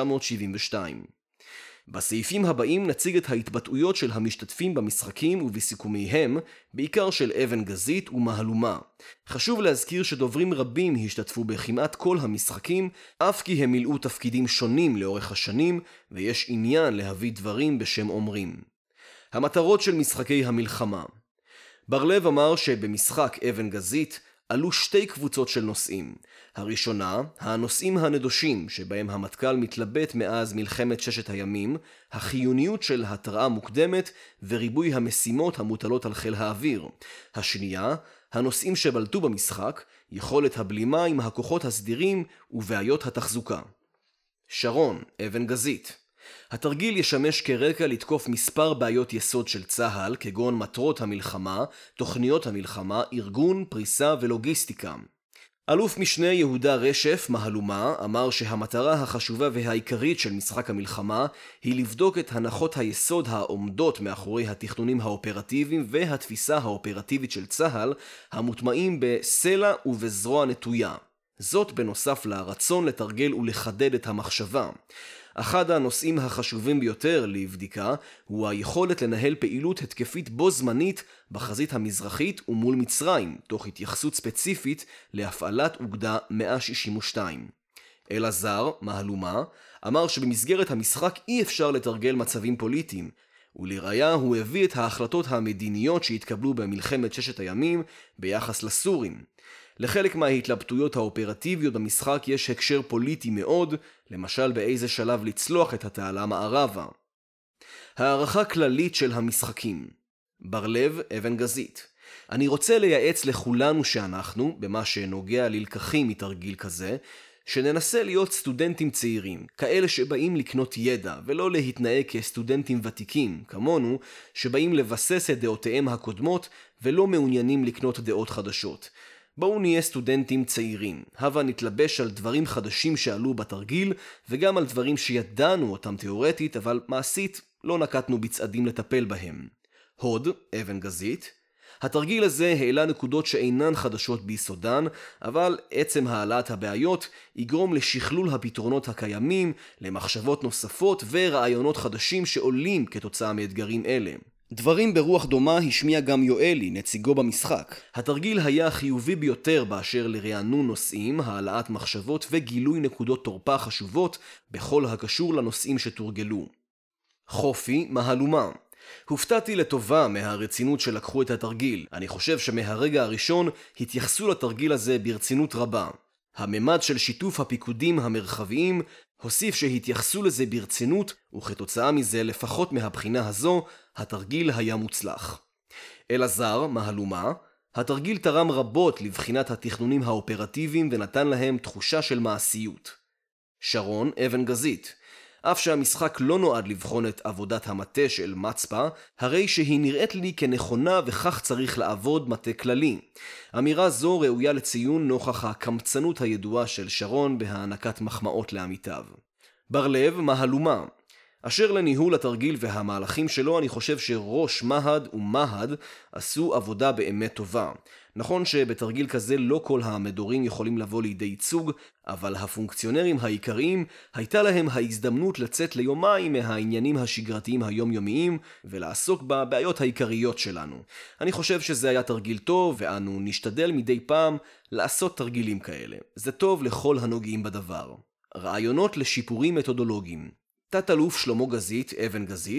A: 1972. בסעיפים הבאים נציג את ההתבטאויות של המשתתפים במשחקים ובסיכומיהם, בעיקר של אבן גזית ומהלומה. חשוב להזכיר שדוברים רבים השתתפו בכמעט כל המשחקים, אף כי הם מילאו תפקידים שונים לאורך השנים, ויש עניין להביא דברים בשם אומרים. המטרות של משחקי המלחמה. בר-לב אמר שבמשחק אבן גזית עלו שתי קבוצות של נושאים. הראשונה, הנושאים הנדושים שבהם המטכ"ל מתלבט מאז מלחמת ששת הימים, החיוניות של התראה מוקדמת וריבוי המשימות המוטלות על חיל האוויר. השנייה, הנושאים שבלטו במשחק, יכולת הבלימה עם הכוחות הסדירים ובעיות התחזוקה. שרון, אבן גזית. התרגיל ישמש כרקע לתקוף מספר בעיות יסוד של צה"ל, כגון מטרות המלחמה, תוכניות המלחמה, ארגון, פריסה ולוגיסטיקה. אלוף משנה יהודה רשף, מהלומה, אמר שהמטרה החשובה והעיקרית של משחק המלחמה היא לבדוק את הנחות היסוד העומדות מאחורי התכנונים האופרטיביים והתפיסה האופרטיבית של צה"ל, המוטמעים בסלע ובזרוע נטויה. זאת בנוסף לרצון לתרגל ולחדד את המחשבה. אחד הנושאים החשובים ביותר לבדיקה הוא היכולת לנהל פעילות התקפית בו זמנית בחזית המזרחית ומול מצרים, תוך התייחסות ספציפית להפעלת אוגדה 162. אלעזר, מהלומה, אמר שבמסגרת המשחק אי אפשר לתרגל מצבים פוליטיים, ולראיה הוא הביא את ההחלטות המדיניות שהתקבלו במלחמת ששת הימים ביחס לסורים. לחלק מההתלבטויות האופרטיביות במשחק יש הקשר פוליטי מאוד, למשל באיזה שלב לצלוח את התעלה מערבה. הערכה כללית של המשחקים. בר-לב, אבן גזית. אני רוצה לייעץ לכולנו שאנחנו, במה שנוגע ללקחים מתרגיל כזה, שננסה להיות סטודנטים צעירים, כאלה שבאים לקנות ידע, ולא להתנהג כסטודנטים ותיקים, כמונו, שבאים לבסס את דעותיהם הקודמות ולא מעוניינים לקנות דעות חדשות. בואו נהיה סטודנטים צעירים, הבה נתלבש על דברים חדשים שעלו בתרגיל, וגם על דברים שידענו אותם תיאורטית, אבל מעשית לא נקטנו בצעדים לטפל בהם. הוד, אבן גזית. התרגיל הזה העלה נקודות שאינן חדשות ביסודן, אבל עצם העלאת הבעיות יגרום לשכלול הפתרונות הקיימים, למחשבות נוספות ורעיונות חדשים שעולים כתוצאה מאתגרים אלה. דברים ברוח דומה השמיע גם יואלי, נציגו במשחק. התרגיל היה חיובי ביותר באשר לרענון נושאים, העלאת מחשבות וגילוי נקודות תורפה חשובות בכל הקשור לנושאים שתורגלו. חופי, מהלומה. הופתעתי לטובה מהרצינות שלקחו את התרגיל. אני חושב שמהרגע הראשון התייחסו לתרגיל הזה ברצינות רבה. הממד של שיתוף הפיקודים המרחביים הוסיף שהתייחסו לזה ברצינות, וכתוצאה מזה, לפחות מהבחינה הזו, התרגיל היה מוצלח. אלעזר, מהלומה, התרגיל תרם רבות לבחינת התכנונים האופרטיביים ונתן להם תחושה של מעשיות. שרון, אבן גזית. אף שהמשחק לא נועד לבחון את עבודת המטה של מצפה, הרי שהיא נראית לי כנכונה וכך צריך לעבוד מטה כללי. אמירה זו ראויה לציון נוכח הקמצנות הידועה של שרון בהענקת מחמאות לעמיתיו. בר-לב, מהלומה. אשר לניהול התרגיל והמהלכים שלו, אני חושב שראש מהד ומהד עשו עבודה באמת טובה. נכון שבתרגיל כזה לא כל המדורים יכולים לבוא לידי ייצוג, אבל הפונקציונרים העיקריים הייתה להם ההזדמנות לצאת ליומיים מהעניינים השגרתיים היומיומיים ולעסוק בבעיות העיקריות שלנו. אני חושב שזה היה תרגיל טוב, ואנו נשתדל מדי פעם לעשות תרגילים כאלה. זה טוב לכל הנוגעים בדבר. רעיונות לשיפורים מתודולוגיים. תת-אלוף שלמה גזית, אבן גזית,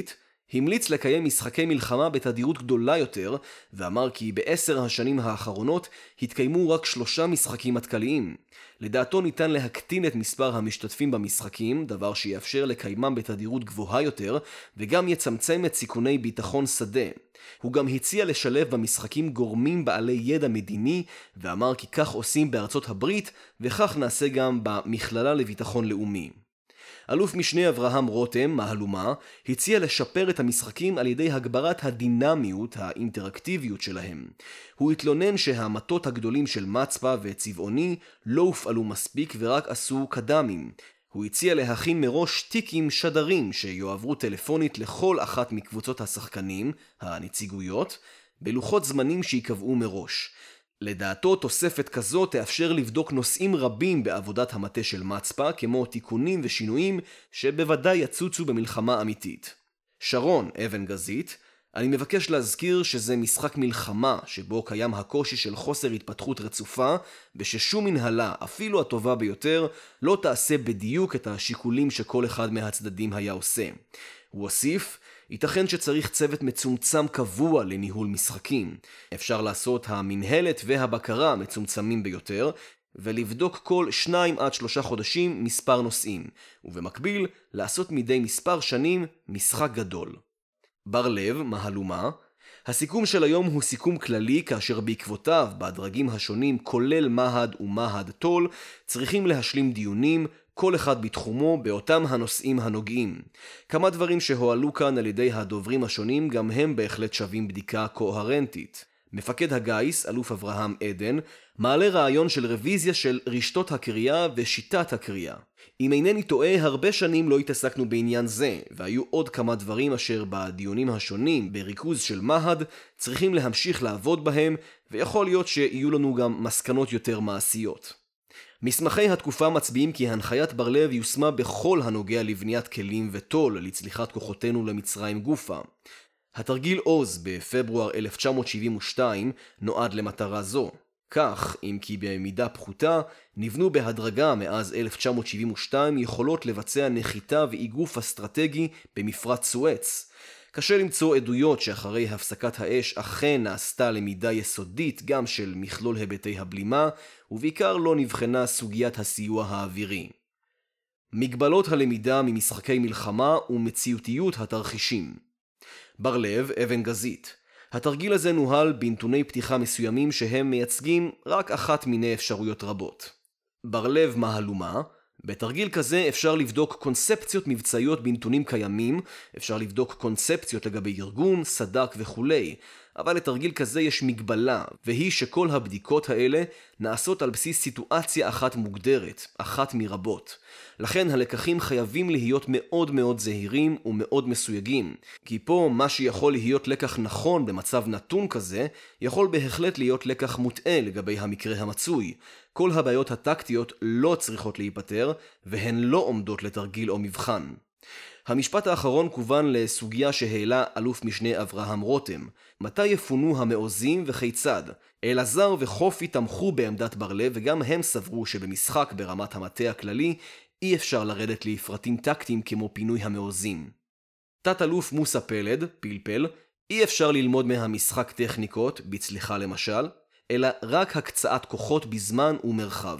A: המליץ לקיים משחקי מלחמה בתדירות גדולה יותר, ואמר כי ב10 השנים האחרונות התקיימו רק 3 משחקים מטכ"ליים. לדעתו ניתן להקטין את מספר המשתתפים במשחקים, דבר שיאפשר לקיימם בתדירות גבוהה יותר, וגם יצמצם את סיכוני ביטחון שדה. הוא גם הציע לשלב במשחקים גורמים בעלי ידע מדיני, ואמר כי כך עושים בארצות הברית, וכך נעשה גם במכללה לביטחון לאומי. אלוף משנה אברהם רותם, מהלומה, הציע לשפר את המשחקים על ידי הגברת הדינמיות, האינטראקטיביות שלהם. הוא התלונן שהמטות הגדולים של מצפה וצבעוני לא הופעלו מספיק ורק עשו קדמים. הוא הציע להכין מראש טיקים שדרים שיועברו טלפונית לכל אחת מקבוצות השחקנים, הנציגויות, בלוחות זמנים שיקבעו מראש. לדעתו תוספת כזו תאפשר לבדוק נושאים רבים בעבודת המטה של מצפה, כמו תיקונים ושינויים שבוודאי יצוצו במלחמה אמיתית. שרון, אבן גזית, אני מבקש להזכיר שזה משחק מלחמה שבו קיים הקושי של חוסר התפתחות רצופה, וששום מנהלה, אפילו הטובה ביותר, לא תעשה בדיוק את השיקולים שכל אחד מהצדדים היה עושה. הוא הוסיף, ייתכן שצריך צוות מצומצם קבוע לניהול משחקים. אפשר לעשות המנהלת והבקרה מצומצמים ביותר, ולבדוק כל 2 עד 3 חודשים מספר נושאים, ובמקביל לעשות מדי מספר שנים משחק גדול. בר לב, מהלומה, הסיכום של היום הוא סיכום כללי, כאשר בעקבותיו, בדרגים השונים, כולל מהד ומהד טול, צריכים להשלים דיונים, כל אחד בתחומו, באותם הנושאים הנוגעים. כמה דברים שהועלו כאן על ידי הדוברים השונים, גם הם בהחלט שווים בדיקה קוהרנטית. מפקד הגייס, אלוף אברהם עדן, מעלה רעיון של רוויזיה של רשתות הקריאה ושיטת הקריאה. אם אינני טועה, הרבה שנים לא התעסקנו בעניין זה, והיו עוד כמה דברים אשר בדיונים השונים, בריכוז של מהד, צריכים להמשיך לעבוד בהם, ויכול להיות שיהיו לנו גם מסקנות יותר מעשיות. מסמכי התקופה מצביעים כי הנחיית בר לב יושמה בכל הנוגע לבניית כלים וטול לצליחת כוחותינו למצרים גופה. התרגיל עוז בפברואר 1972 נועד למטרה זו. כך, אם כי במידה פחותה, נבנו בהדרגה מאז 1972 יכולות לבצע נחיתה ואיגוף אסטרטגי במפרץ סואץ. קשה למצוא עדויות שאחרי הפסקת האש אכן נעשתה למידה יסודית גם של מכלול היבטי הבלימה, ובעיקר לא נבחנה סוגיית הסיוע האווירי. מגבלות הלמידה ממשחקי מלחמה ומציאותיות התרחישים. בר לב, אבן גזית. התרגיל הזה נוהל בנתוני פתיחה מסוימים שהם מייצגים רק אחת מיני אפשרויות רבות. בר לב, מהלומה. בתרגיל כזה אפשר לבדוק קונספציות מבצעיות בנתונים קיימים, אפשר לבדוק קונספציות לגבי ארגון, סד"כ וכו'. אבל לתרגיל כזה יש מגבלה, והיא שכל הבדיקות האלה נעשות על בסיס סיטואציה אחת מוגדרת, אחת מרבות. לכן הלקחים חייבים להיות מאוד מאוד זהירים ומאוד מסויגים, כי פה מה שיכול להיות לקח נכון במצב נתון כזה, יכול בהחלט להיות לקח מוטעה לגבי המקרה המצוי. כל הבעיות הטקטיות לא צריכות להיפטר, והן לא עומדות לתרגיל או מבחן. המשפט האחרון כוון לסוגיה שהעלה אלוף משנה אברהם רותם. מתי יפונו המעוזים וכיצד? אלעזר וחופי תמכו בעמדת בר לב, וגם הם סברו שבמשחק ברמת המטה הכללי אי אפשר לרדת לפרטים טקטיים כמו פינוי המעוזים. תת אלוף מוסא פלד, פלפל, אי אפשר ללמוד מהמשחק טכניקות, בצליחה למשל, אלא רק הקצאת כוחות בזמן ומרחב.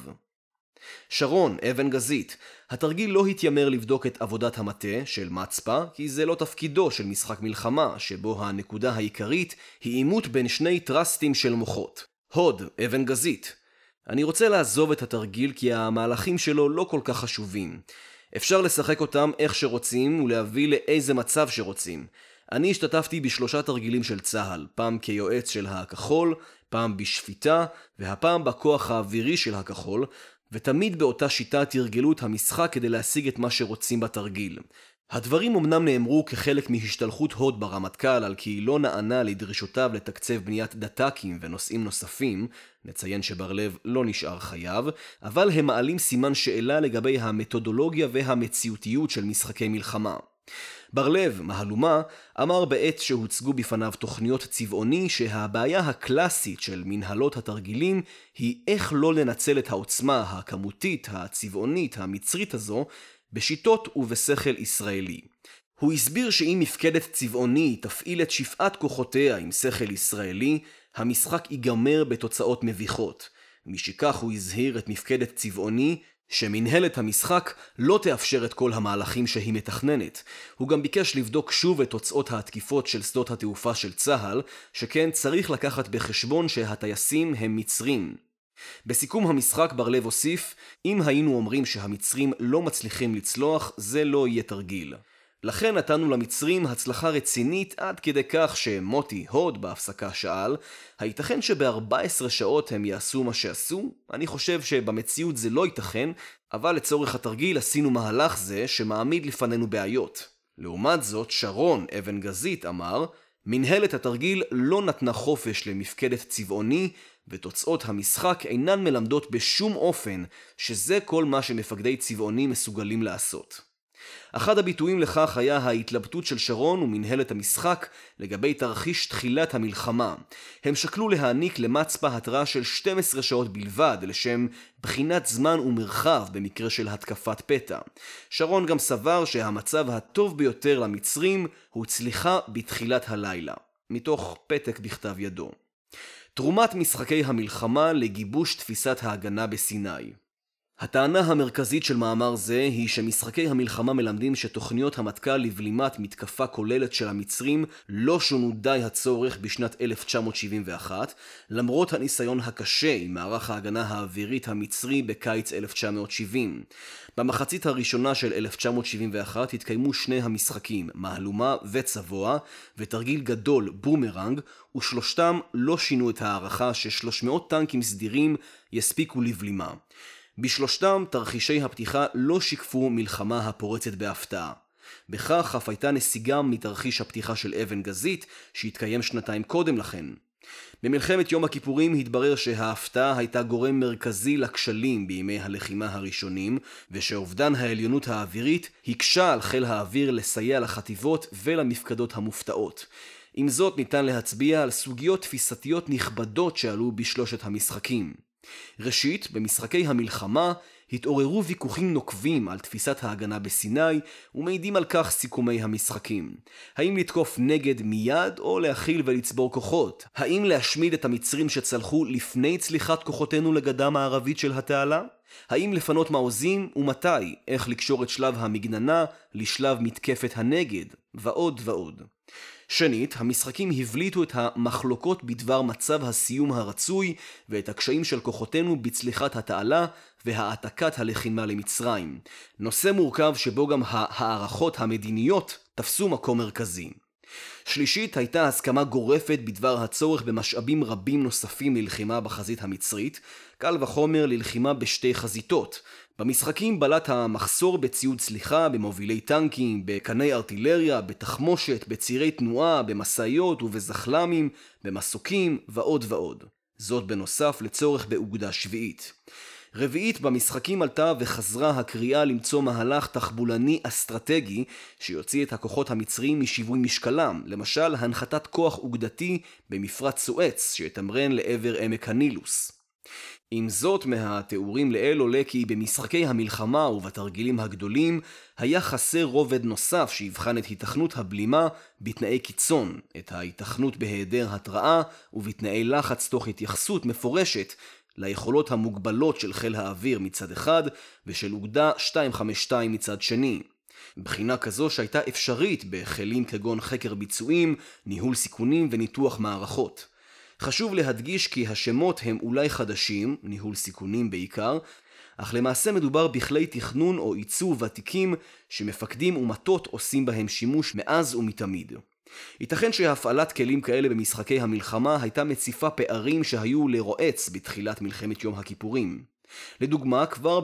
A: שרון, אבן גזית, התרגיל לא התיימר לבדוק את עבודת המטה של מצפה, כי זה לא תפקידו של משחק מלחמה, שבו הנקודה העיקרית היא עימות בין שני טרסטים של מוחות. הוד, אבן גזית. אני רוצה לעזוב את התרגיל כי המהלכים שלו לא כל כך חשובים. אפשר לשחק אותם איך שרוצים ולהביא לאיזה מצב שרוצים. אני השתתפתי ב3 תרגילים של צה"ל, פעם כיועץ של הכחול, פעם בשפיטה, והפעם בכוח האווירי של הכחול, ותמיד באותה שיטה תרגלו את המשחק כדי להשיג את מה שרוצים בתרגיל. הדברים אמנם נאמרו כחלק מהשתלחות הוד ברמטכ"ל על כי לא נענה לדרישותיו לתקצב בניית דתקים ונושאים נוספים, נציין שבר לב לא נשאר חייב, אבל הם מעלים סימן שאלה לגבי המתודולוגיה והמציאותיות של משחקי מלחמה. בר לב, מהלומה, אמר בעת שהוצגו בפניו תוכניות צבעוני שהבעיה הקלאסית של מנהלות התרגילים היא איך לא לנצל את העוצמה הכמותית, הצבעונית, המצרית הזו, בשיטות ובשכל ישראלי. הוא הסביר שאם מפקדת צבעוני תפעיל את שפעת כוחותיה עם שכל ישראלי, המשחק ייגמר בתוצאות מביכות. משכך הוא הזהיר את מפקדת צבעוני שמנהלת המשחק לא תאפשר את כל המהלכים שהיא מתכננת. הוא גם ביקש לבדוק שוב את תוצאות התקיפות של שדות התעופה של צה"ל, שכן צריך לקחת בחשבון שהטייסים הם מצרים. בסיכום המשחק בר-לב הוסיף, אם היינו אומרים שהמצרים לא מצליחים לצלוח, זה לא יהיה תרגיל. לכן נתנו למצרים הצלחה רצינית עד כדי כך שמוטי הוד בהפסקה שאל, הייתכן שב-14 שעות הם יעשו מה שעשו? אני חושב שבמציאות זה לא ייתכן, אבל לצורך התרגיל עשינו מהלך זה שמעמיד לפנינו בעיות. לעומת זאת, שרון אבן גזית אמר, מנהלת התרגיל לא נתנה חופש למפקדת צבעוני, ותוצאות המשחק אינן מלמדות בשום אופן שזה כל מה שמפקדי צבעוני מסוגלים לעשות. אחד הביטויים לכך היה ההתלבטות של שרון ומנהלת המשחק לגבי תרחיש תחילת המלחמה. הם שקלו להעניק למצפה התראה של 12 שעות בלבד לשם בחינת זמן ומרחב במקרה של התקפת פתע. שרון גם סבר שהמצב הטוב ביותר למצרים הוא צליחה בתחילת הלילה, מתוך פתק בכתב ידו. תרומת משחקי המלחמה לגיבוש תפיסת ההגנה בסיני. הטענה המרכזית של מאמר זה היא שמשחקי המלחמה מלמדים שתוכניות המטכ"ל לבלימת מתקפה כוללת של המצרים לא שונו די הצורך בשנת 1971, למרות הניסיון הקשה עם מערך ההגנה האווירית המצרי בקיץ 1970. במחצית הראשונה של 1971 התקיימו שני המשחקים, מהלומה וצבוע, ותרגיל גדול בומרנג, ושלושתם לא שינו את הערכה ש300 טנקים סדירים יספיקו לבלימה. בשלושתם תרחישי הפתיחה לא שיקפו מלחמה הפורצת בהפתעה. בכך אף הייתה נסיגה מתרחיש הפתיחה של אבן גזית שהתקיים שנתיים קודם לכן. במלחמת יום הכיפורים התברר שההפתעה הייתה גורם מרכזי לכשלים בימי הלחימה הראשונים, ושאובדן העליונות האווירית הקשה על חיל האוויר לסייע לחטיבות ולמפקדות המופתעות. עם זאת ניתן להצביע על סוגיות תפיסתיות נכבדות שעלו בשלושת המשחקים. ראשית, במשחקי המלחמה התעוררו ויכוחים נוקבים על תפיסת ההגנה בסיני, ומעידים על כך סיכומי המשחקים. האם לתקוף נגד מיד או להכיל ולצבור כוחות? האם להשמיד את המצרים שצלחו לפני צליחת כוחותינו לגדה הערבית של התעלה? האם לפנות מעוזים ומתי? איך לקשור את שלב המגננה לשלב מתקפת הנגד? ועוד ועוד. שנית, המשחקים הבליטו את המחלוקות בדבר מצב הסיום הרצוי ואת הקשיים של כוחותינו בצליחת התעלה והעתקת הלחימה למצרים. נושא מורכב שבו גם הערכות המדיניות תפסו מקום מרכזי. שלישית, הייתה הסכמה גורפת בדבר הצורך במשאבים רבים נוספים ללחימה בחזית המצרית, קל וחומר ללחימה בשתי חזיתות. במשחקים בלט המחסור בציוד צליחה, במובילי טנקים, בקני ארטילריה, בתחמושת, בצירי תנועה, במסעיות ובזחלמים, במסוקים ועוד ועוד. זאת בנוסף לצורך באוגדה שביעית. רביעית, במשחקים עלתה וחזרה הקריאה למצוא מהלך תחבולני אסטרטגי שיוציא את הכוחות המצריים משיווי משקלם, למשל הנחתת כוח אוגדתי במפרץ סואץ שיתמרן לעבר עמק הנילוס. עם זאת, מהתיאורים לעיל עולה כי במשחקי המלחמה ובתרגילים הגדולים היה חסר רובד נוסף שיבחן את היתכנות הבלימה בתנאי קיצון, את ההיתכנות בהיעדר התראה ובתנאי לחץ תוך התייחסות מפורשת ליכולות המוגבלות של חיל האוויר מצד אחד ושל אוגדה 252 מצד שני. בחינה כזו שהייתה אפשרית בחילים כגון חקר ביצועים, ניהול סיכונים וניתוח מערכות. חשוב להדגיש כי השמות הם אולי חדשים, ניהול סיכונים בעיקר, אך למעשה מדובר בכלי תכנון או עיצוב ותיקים שמפקדים ומטות עושים בהם שימוש מאז ומתמיד. ייתכן שהפעלת כלים כאלה במשחקי המלחמה הייתה מציפה פערים שהיו לרועץ בתחילת מלחמת יום הכיפורים. לדוגמה, כבר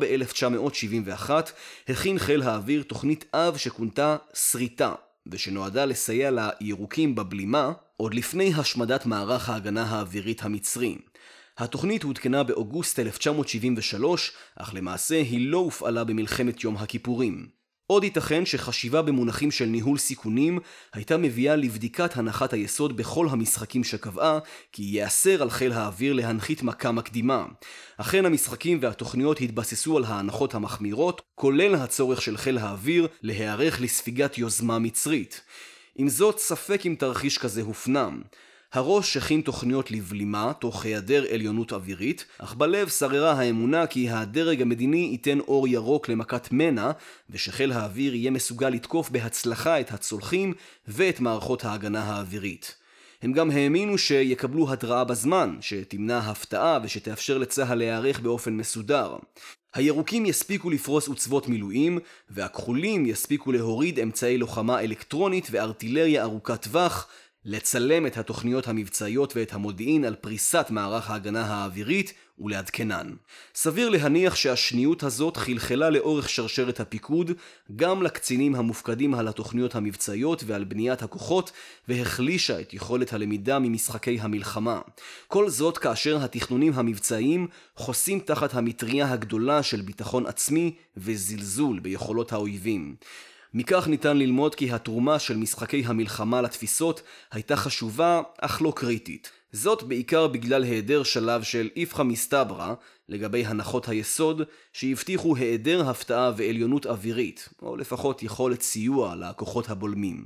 A: ב-1971 הכין חיל האוויר תוכנית אב שכונתה שריטה, ושנועדה לסייע לירוקים בבלימה עוד לפני השמדת מערך ההגנה האווירית המצרי. התוכנית הותקנה באוגוסט 1973, אך למעשה היא לא הופעלה במלחמת יום הכיפורים. עוד ייתכן שחשיבה במונחים של ניהול סיכונים הייתה מביאה לבדיקת הנחת היסוד בכל המשחקים שקבעה כי ייאסר על חיל האוויר להנחית מכה מקדימה. אכן המשחקים והתוכניות התבססו על ההנחות המחמירות, כולל הצורך של חיל האוויר להיערך לספיגת יוזמה מצרית. עם זאת, ספק אם תרחיש כזה הופנם. הראש הכין תוכניות לבלימה תוך היעדר עליונות אווירית, אך בלב שררה האמונה כי הדרג המדיני ייתן אור ירוק למכת מנע, ושחיל האוויר יהיה מסוגל לתקוף בהצלחה את הצולחים ואת מערכות ההגנה האווירית. הם גם האמינו שיקבלו התראה בזמן, שתמנע הפתעה ושתאפשר לצה"ל להיערך באופן מסודר. הירוקים יספיקו לפרוס עוצבות מילואים, והכחולים יספיקו להוריד אמצעי לוחמה אלקטרונית וארטילריה ארוכת טווח, לצלם את התוכניות המבצעיות ואת המודיעין על פריסת מערך ההגנה האווירית ולעדכנן. סביר להניח שהשניות הזאת חלחלה לאורך שרשרת הפיקוד גם לקצינים המופקדים על התוכניות המבצעיות ועל בניית הכוחות, והחלישה את יכולת הלמידה ממשחקי המלחמה. כל זאת כאשר התכנונים המבצעיים חוסים תחת המטריה הגדולה של ביטחון עצמי וזלזול ביכולות האויבים. מכך ניתן ללמוד כי התרומה של משחקי המלחמה לתפיסות הייתה חשובה אך לא קריטית. זאת בעיקר בגלל היעדר שלב של איפכא מסתברא לגבי הנחות היסוד שהבטיחו היעדר הפתעה ועליונות אווירית, או לפחות יכולת סיוע לכוחות הבולמים.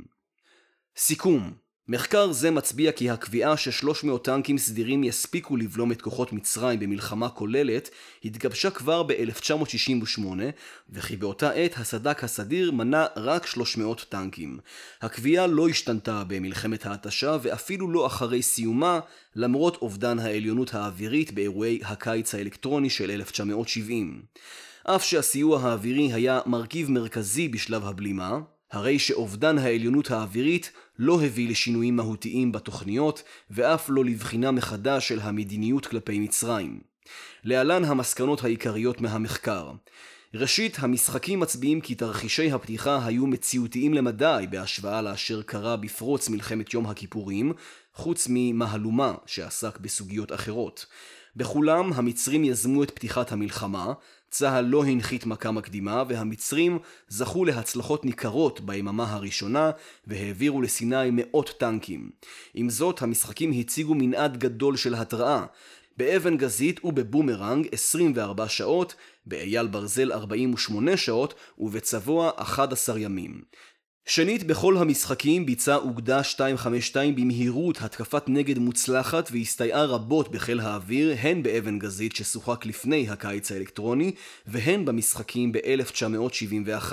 A: סיכום: מחקר זה מצביע כי הקביעה ש300 טנקים סדירים יספיקו לבלום את כוחות מצרים במלחמה כוללת התגבשה כבר ב-1968, וכי באותה עת הסד"כ הסדיר מנה רק 300 טנקים. הקביעה לא השתנתה במלחמת ההתשה ואפילו לא אחרי סיומה, למרות אובדן העליונות האווירית באירועי הקיץ האלקטרוני של 1970. אף שהסיוע האווירי היה מרכיב מרכזי בשלב הבלימה, הרי שאובדן העליונות האווירית לא הביא לשינויים מהותיים בתוכניות ואף לא לבחינה מחדש של המדיניות כלפי מצרים. להלן המסקנות העיקריות מהמחקר. ראשית, המשחקים מצביעים כי תרחישי הפתיחה היו מציאותיים למדי בהשוואה לאשר קרה בפרוץ מלחמת יום הכיפורים, חוץ ממהלומה שעסק בסוגיות אחרות. בכולם המצרים יזמו את פתיחת המלחמה, צה"ל לא הנחית מכה מקדימה והמצרים זכו להצלחות ניכרות ביממה הראשונה והעבירו לסיני מאות טנקים. עם זאת, המשחקים הציגו מנעד גדול של התראה. באבן גזית ובבומרנג 24 שעות, באייל ברזל 48 שעות ובצבוע 11 ימים. שנית, בכל המשחקים ביצעה אוגדה 252 במהירות התקפת נגד מוצלחת והסתייעה רבות בחיל האוויר, הן באבן גזית ששוחק לפני הקיץ האלקטרוני והן במשחקים ב-1971.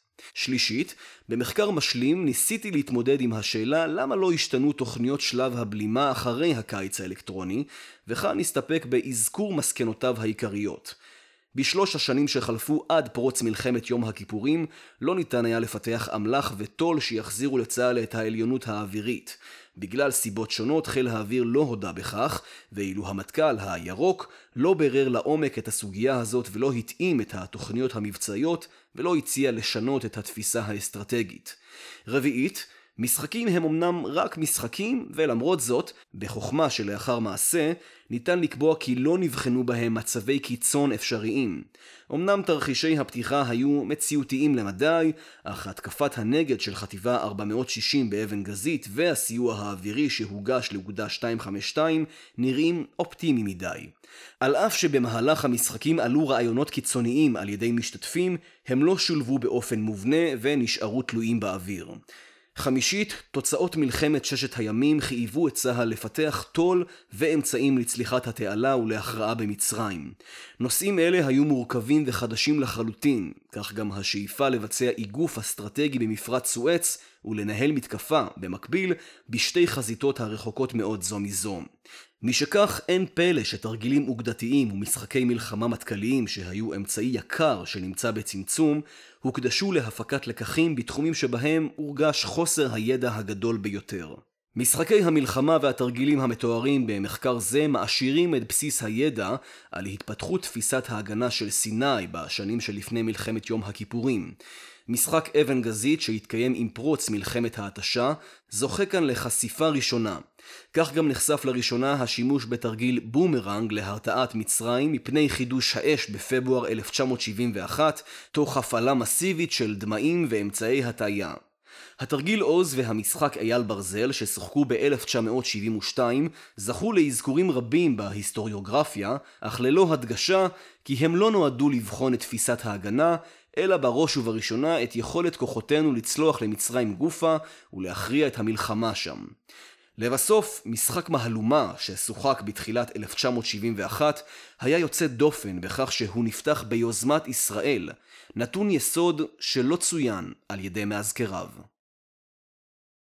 A: שלישית, במחקר משלים ניסיתי להתמודד עם השאלה למה לא השתנו תוכניות שלב הבלימה אחרי הקיץ האלקטרוני, וכאן נסתפק באזכור מסקנותיו העיקריות. בשלוש השנים שחלפו עד פרוץ מלחמת יום הכיפורים לא ניתן היה לפתח אמל"ח וטול שיחזירו לצה"ל את העליונות האווירית. בגלל סיבות שונות חיל האוויר לא הודה בכך, ואילו המטכ"ל הירוק לא ברר לעומק את הסוגיה הזאת ולא התאים את התוכניות המבצעיות ולא הציע לשנות את התפיסה האסטרטגית. רביעית, משחקים הם אמנם רק משחקים, ולמרות זאת, בחוכמה שלאחר מעשה, ניתן לקבוע כי לא נבחנו בהם מצבי קיצון אפשריים. אמנם תרחישי הפתיחה היו מציאותיים למדי, אך התקפת הנגד של חטיבה 460 באבן גזית והסיוע האווירי שהוגש לאוגדה 252 נראים אופטימיים מדי. על אף שבמהלך המשחקים עלו רעיונות קיצוניים על ידי משתתפים, הם לא שולבו באופן מובנה ונשארו תלויים באוויר. חמישית, תוצאות מלחמת ששת הימים חייבו את צה"ל לפתח טול ואמצעים לצליחת התעלה ולהכרעה במצרים. נושאים אלה היו מורכבים וחדשים לחלוטין, כך גם השאיפה לבצע איגוף אסטרטגי במפרץ סואץ ולנהל מתקפה במקביל בשתי חזיתות הרחוקות מאוד זו מזו. משכך אין פלא שתרגילים אוגדתיים ומשחקי מלחמה מטכ"ליים שהיו אמצעי יקר שנמצא בצמצום, הוקדשו להפקת לקחים בתחומים שבהם הורגש חוסר הידע הגדול ביותר. משחקי המלחמה והתרגילים המתוארים במחקר זה מעשירים את בסיס הידע על התפתחות תפיסת ההגנה של סיני בשנים שלפני מלחמת יום הכיפורים. משחק אבן גזית שהתקיים עם פרוץ מלחמת ההתשה זוכה כאן לחשיפה ראשונה. כך גם נחשף לראשונה השימוש בתרגיל בומרנג להרתעת מצרים מפני חידוש האש בפברואר 1971 תוך הפעלה מסיבית של דמעים ואמצעי הטעיה. התרגיל עוז והמשחק אייל ברזל ששוחקו ב-1972 זכו לאזכורים רבים בהיסטוריוגרפיה, אך ללא הדגשה כי הם לא נועדו לבחון את תפיסת ההגנה, אלא בראש ובראשונה את יכולת כוחותינו לצלוח למצרים גופה ולהכריע את המלחמה שם. לבסוף, משחק מהלומה ששוחק בתחילת 1971 היה יוצא דופן בכך שהוא נפתח ביוזמת ישראל, נתון יסוד שלא צוין על ידי מאזכריו.